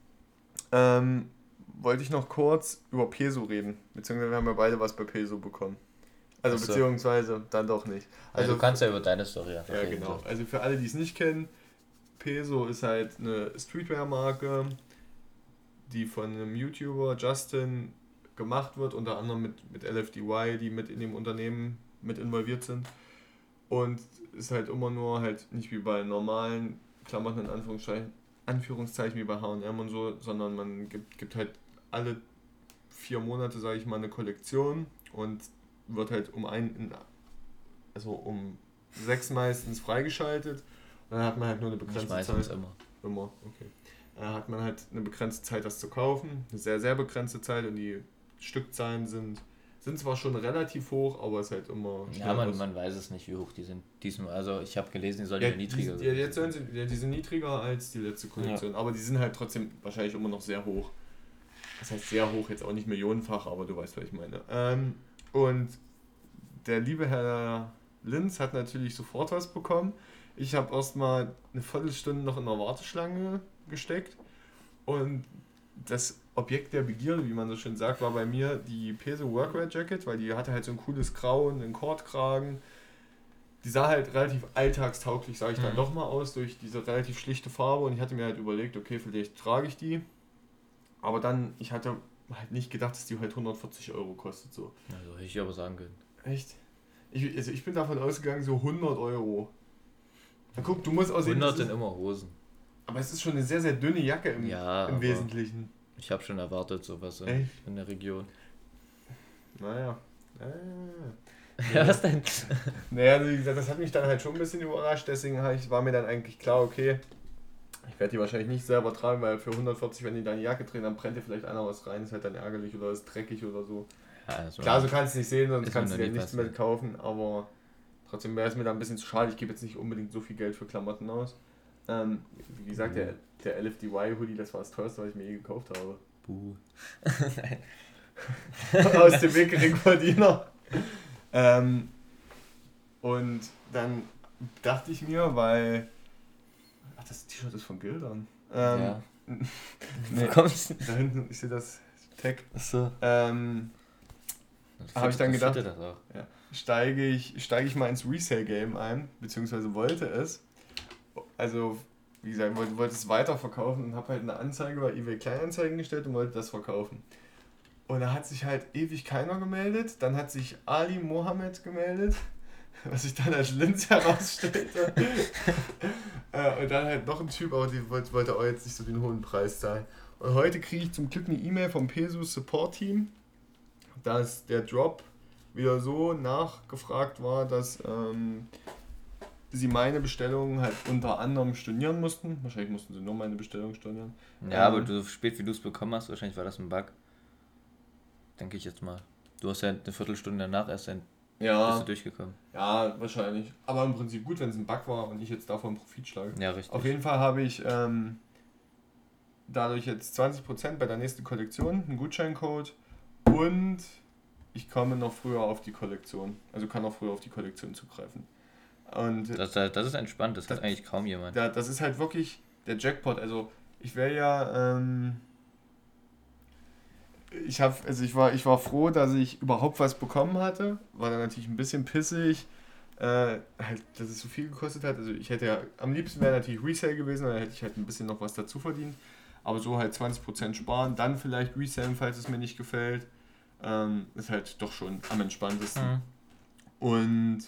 ähm, wollte ich noch kurz über Peso reden. Beziehungsweise wir haben ja beide was bei Peso bekommen. Also Ach so. beziehungsweise dann doch nicht. also, du kannst ja über deine Story einfach Ja, reden. genau. so. Also für alle, die es nicht kennen, Peso ist halt eine Streetwear-Marke, die von einem YouTuber, Justin, gemacht wird, unter anderem mit, mit L F D Y, die mit in dem Unternehmen mit involviert sind. Und ist halt immer nur halt nicht wie bei normalen Klamotten in Anführungszeichen, Anführungszeichen wie bei H und M und so, sondern man gibt, gibt halt alle vier Monate, sage ich mal, eine Kollektion und wird halt um ein, also um sechs meistens freigeschaltet. Und dann hat man halt nur eine Ich begrenzte meistens Zeit. immer. Immer, okay. Dann hat man halt eine begrenzte Zeit, das zu kaufen. Eine sehr, sehr begrenzte Zeit und die Stückzahlen sind, sind zwar schon relativ hoch, aber es ist halt immer Ja, schnell man, aus- man weiß es nicht, wie hoch die sind. Diesmal, also ich habe gelesen, die sollen ja, ja niedriger die, ja, jetzt sollen sie, ja, die sind niedriger als die letzte Kollektion, aber die sind halt trotzdem wahrscheinlich immer noch sehr hoch. Das heißt sehr hoch, jetzt auch nicht millionenfach, aber du weißt, was ich meine. Ähm, und der liebe Herr Linz hat natürlich sofort was bekommen. Ich habe erstmal eine Viertelstunde noch in der Warteschlange gesteckt und das Objekt der Begierde, wie man so schön sagt, war bei mir die Peso Workwear Jacket, weil die hatte halt so ein cooles Grau und einen Kordkragen. Die sah halt relativ alltagstauglich, sage ich dann Mhm. doch mal aus, durch diese relativ schlichte Farbe und ich hatte mir halt überlegt, okay, vielleicht trage ich die. Aber dann, ich hatte halt nicht gedacht, dass die halt hundertvierzig Euro kostet, so. Also hätte ich aber sagen können. Echt? Ich, also ich bin davon ausgegangen, so hundert Euro. Na guck, du musst aussehen, hundert das sind ist, immer Hosen. aber es ist schon eine sehr, sehr dünne Jacke im, Ja, im aber- Wesentlichen. Ich habe schon erwartet, sowas in, Echt? in der Region. Naja. naja. Ja, was denn? Naja, also wie gesagt, das hat mich dann halt schon ein bisschen überrascht, deswegen hab ich, war mir dann eigentlich klar, okay, ich werde die wahrscheinlich nicht selber tragen, weil für hundertvierzig, wenn die da eine Jacke drehen, dann brennt dir vielleicht einer was rein, ist halt dann ärgerlich oder ist dreckig oder so. Ja, also Klar, so kannst du es nicht sehen, sonst Ist kannst du mir dir noch nie nichts mehr passiert. kaufen, aber trotzdem wäre es mir da ein bisschen zu schade, ich gebe jetzt nicht unbedingt so viel Geld für Klamotten aus. Ähm, wie gesagt, der, der L F D Y-Hoodie, das war das teuerste, was ich mir je gekauft habe. Buh. Aus dem Weggeringverdiener. ähm, und dann dachte ich mir, weil. Ach, das T-Shirt ist von Gildern. Ähm, Ja. nee, Wo kommst du? da hinten, ich sehe das Tag. Achso. Ähm, Hab ich dann gedacht- Das auch. steige ich, steige ich mal ins Resale-Game ein, beziehungsweise wollte es. Also, wie gesagt, wollte, wollte es weiterverkaufen und habe halt eine Anzeige bei eBay Kleinanzeigen gestellt und wollte das verkaufen. Und da hat sich halt ewig keiner gemeldet. Dann hat sich Ali Mohammed gemeldet. was sich dann als Linz herausstellte. äh, und dann halt noch ein Typ, aber die wollte, wollte auch jetzt nicht so den hohen Preis zahlen. Und heute kriege ich zum Glück eine E-Mail vom Pesus Support Team, dass der Drop wieder so nachgefragt war, dass ähm, sie meine Bestellung halt unter anderem stornieren mussten. Wahrscheinlich mussten sie nur meine Bestellung stornieren. Ja, ähm, aber so spät wie du es bekommen hast, wahrscheinlich war das ein Bug. Denke ich jetzt mal. Du hast ja eine Viertelstunde danach erst ein, ja, bist du durchgekommen. Ja, wahrscheinlich. Aber im Prinzip gut, wenn es ein Bug war und ich jetzt davon Profit schlage. Ja, richtig. Auf jeden Fall habe ich ähm, dadurch jetzt zwanzig Prozent bei der nächsten Kollektion, einen Gutscheincode und ich komme noch früher auf die Kollektion. Also kann noch früher auf die Kollektion zugreifen. Und Das, das ist entspannt, das, das hat eigentlich kaum jemand. Da, das ist halt wirklich der Jackpot. Also ich wäre ja, ähm, ich habe, also ich war, ich war froh, dass ich überhaupt was bekommen hatte. War dann natürlich ein bisschen pissig, äh, halt, dass es so viel gekostet hat. Also ich hätte ja, am liebsten wäre natürlich Resale gewesen, dann hätte ich halt ein bisschen noch was dazu verdient. Aber so halt zwanzig Prozent sparen, dann vielleicht Resale, falls es mir nicht gefällt, ähm, ist halt doch schon am entspanntesten. Mhm. Und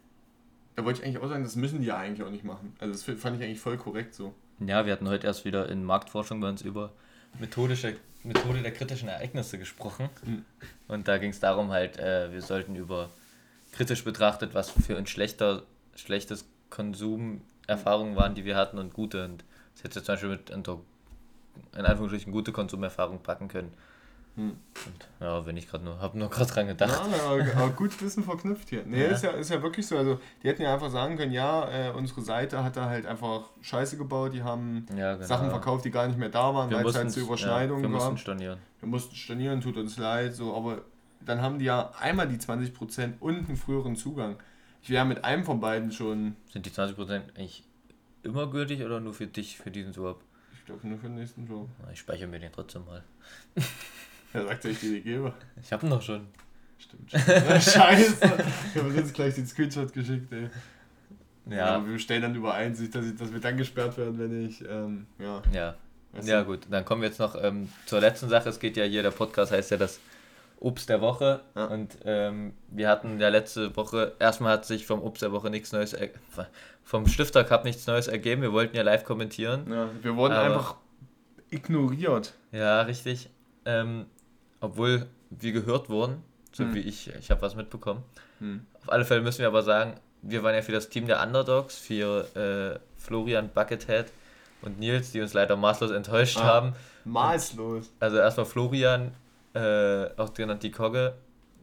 da wollte ich eigentlich auch sagen, das müssen die ja eigentlich auch nicht machen. Also das fand ich eigentlich voll korrekt so. Ja, wir hatten heute erst wieder in Marktforschung bei uns über methodische, Methode der kritischen Ereignisse gesprochen. Mhm. Und da ging es darum halt, äh, wir sollten über kritisch betrachtet, was für uns schlechter, schlechtes Konsumerfahrungen waren, die wir hatten und gute. Und das hätte jetzt zum Beispiel mit unter, in Anführungsstrichen gute Konsumerfahrung packen können. Hm. Und ja, wenn ich gerade nur, habe nur gerade dran gedacht. Ja, aber, aber gut Wissen verknüpft hier. Nee, Ja. Ist, ja, ist ja wirklich so. Also die hätten ja einfach sagen können, ja, äh, unsere Seite hat da halt einfach Scheiße gebaut, die haben Ja, genau. Sachen verkauft, die gar nicht mehr da waren, Wir weil es mussten, halt zu ja, Überschneidungen wir mussten gab. stornieren. Wir mussten stornieren, tut uns leid, so, aber dann haben die ja einmal die zwanzig Prozent und einen früheren Zugang. Ich wäre mit einem von beiden schon, Sind die zwanzig Prozent eigentlich immer gültig oder nur für dich, für diesen Swap? ich glaube nur für den nächsten Job. Ich speichere mir den trotzdem mal. Er sagt, dass ich dir die gebe. Ich habe ihn doch schon. Stimmt. Scheiße. Ich habe uns jetzt gleich den Screenshot geschickt, ey. Ja, Ja, aber wir stellen dann überein, sich, dass, ich, dass wir dann gesperrt werden, wenn ich, ähm, ja. ja. Weißt Ja du? gut, dann kommen wir jetzt noch ähm, zur letzten Sache. Es geht ja hier, der Podcast heißt ja das Obst der Woche. Ja. Und ähm, wir hatten ja letzte Woche, erstmal hat sich vom Obst der Woche nichts Neues, er- vom Stifter Cup nichts Neues ergeben. Wir wollten ja live kommentieren. Ja, wir wurden Aber- einfach ignoriert. Ja, richtig. Ähm, obwohl wir gehört wurden, so Hm. wie ich, ich habe was mitbekommen. Hm. Auf alle Fälle müssen wir aber sagen, wir waren ja für das Team der Underdogs, für äh, Florian Buckethead und Nils, die uns leider maßlos enttäuscht Ah. haben. Maßlos. Also erstmal Florian, äh, auch genannt die Kogge,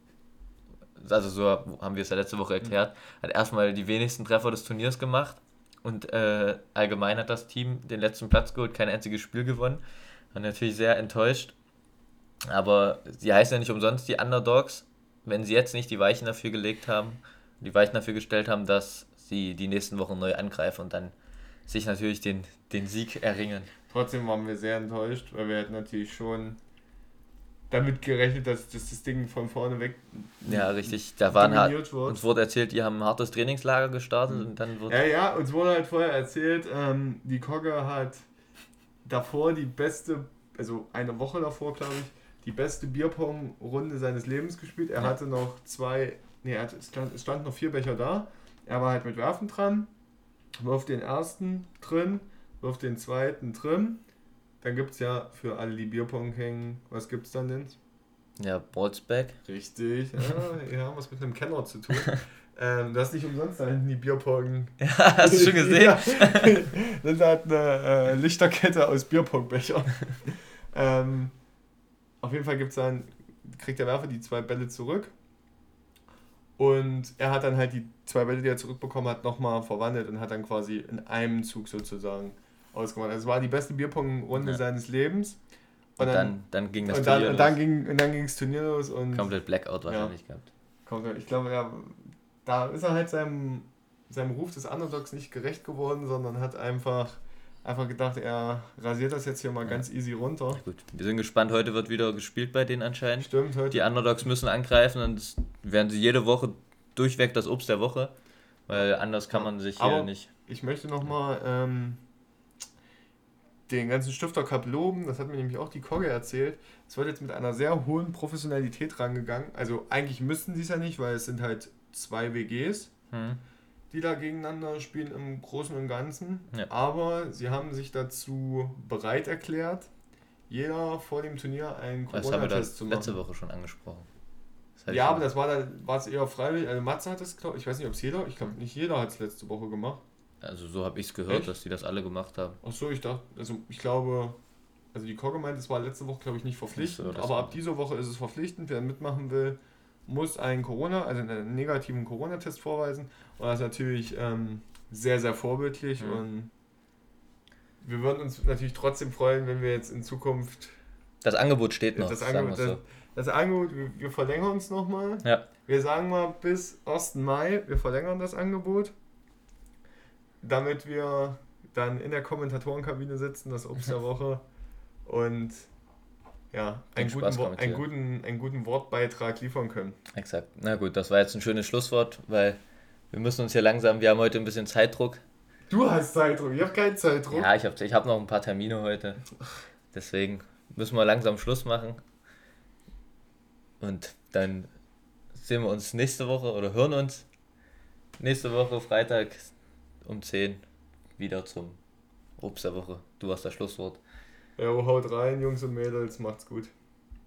also so haben wir es ja letzte Woche erklärt, hat erstmal die wenigsten Treffer des Turniers gemacht und äh, allgemein hat das Team den letzten Platz geholt, kein einziges Spiel gewonnen. War natürlich sehr enttäuscht, aber sie heißen ja nicht umsonst die Underdogs, wenn sie jetzt nicht die Weichen dafür gelegt haben, die Weichen dafür gestellt haben, dass sie die nächsten Wochen neu angreifen und dann sich natürlich den, den Sieg erringen. Trotzdem waren wir sehr enttäuscht, weil wir hätten natürlich schon damit gerechnet, dass, dass das Ding von vorne weg Ja, richtig. Da waren halt, dominiert wird. uns wurde erzählt, die haben ein hartes Trainingslager gestartet und dann wurde. Ja, ja, uns wurde halt vorher erzählt, ähm, die Kogge hat davor die beste, also eine Woche davor, glaube ich, die beste Bierpong-Runde seines Lebens gespielt. Er Ja. hatte noch zwei, nee, er hatte, es, stand, es standen noch vier Becher da. Er war halt mit Werfen dran, wirft den ersten drin, wirft den zweiten drin. Dann gibt es ja für alle, die Bierpong hängen, was gibt es dann denn? Ja, Ballsback. Richtig, ja, wir haben was mit einem Kenner zu tun. ähm, du hast nicht umsonst da hinten die Bierpong. Ja, hast du schon gesehen? Ja. Das hat eine äh, Lichterkette aus Bierpongbecher. ähm, auf jeden Fall gibt's dann, kriegt der Werfer die zwei Bälle zurück. Und er hat dann halt die zwei Bälle, die er zurückbekommen hat, nochmal verwandelt und hat dann quasi in einem Zug sozusagen ausgemacht. Also es war die beste Bierpong-Runde Ja. seines Lebens. Und dann, dann ging das und dann, Turnier und dann los. ging und dann ging das Turnier los und Komplett Blackout wahrscheinlich gehabt. komplett, ich glaube, er, da ist er halt seinem, seinem Ruf des Underdogs nicht gerecht geworden, sondern hat einfach, einfach gedacht, er rasiert das jetzt hier mal Ja. ganz easy runter. Gut, wir sind gespannt. Heute wird wieder gespielt bei denen anscheinend. Stimmt, heute. Die Underdogs müssen angreifen und es werden sie jede Woche durchweg das Obst der Woche, weil anders kann man sich hier Aber- nicht. Ich möchte nochmal ähm, den ganzen Stifter Cup loben, das hat mir nämlich auch die Kogge erzählt. Es wird jetzt mit einer sehr hohen Professionalität rangegangen. Also eigentlich müssten sie es ja nicht, weil es sind halt zwei W Gs. Hm. die da gegeneinander spielen im Großen und Ganzen. Ja. Aber sie haben sich dazu bereit erklärt, jeder vor dem Turnier einen Das haben wir Corona-Test das zu machen. letzte Woche schon angesprochen. Das hatte Ja, ich aber das war dann war es eher freiwillig. Also Matze hat es, glaube ich, weiß nicht, ob es jeder, ich glaube nicht jeder hat es letzte Woche gemacht. Also so habe ich es gehört, Echt? dass die das alle gemacht haben. Ach so, ich dachte, also ich glaube, also die Kogge meint, es war letzte Woche, glaube ich, nicht verpflichtend, Ach so, das aber war- ab dieser Woche ist es verpflichtend. Wer mitmachen will, muss einen Corona, also einen negativen Corona-Test vorweisen. Und das ist natürlich ähm, sehr, sehr vorbildlich Mhm. und wir würden uns natürlich trotzdem freuen, wenn wir jetzt in Zukunft Das Angebot steht noch, das sagen Angebot, wir das, so. das Angebot, wir, wir verlängern es nochmal. Ja, Wir sagen mal bis ersten Mai, wir verlängern das Angebot, damit wir dann in der Kommentatorenkabine sitzen, das Obst der Woche und ja, einen Den guten, Spaß Wo- einen, kommentieren. guten, einen guten Wortbeitrag liefern können. exakt. Na gut, das war jetzt ein schönes Schlusswort, weil wir müssen uns hier langsam, wir haben heute ein bisschen Zeitdruck. Du hast Zeitdruck, ich habe keinen Zeitdruck. Ja, ich habe ich hab noch ein paar Termine heute. Deswegen müssen wir langsam Schluss machen. Und dann sehen wir uns nächste Woche oder hören uns nächste Woche Freitag um zehn wieder zum Obst der Woche. Du hast das Schlusswort. Ja, haut rein, Jungs und Mädels, macht's gut.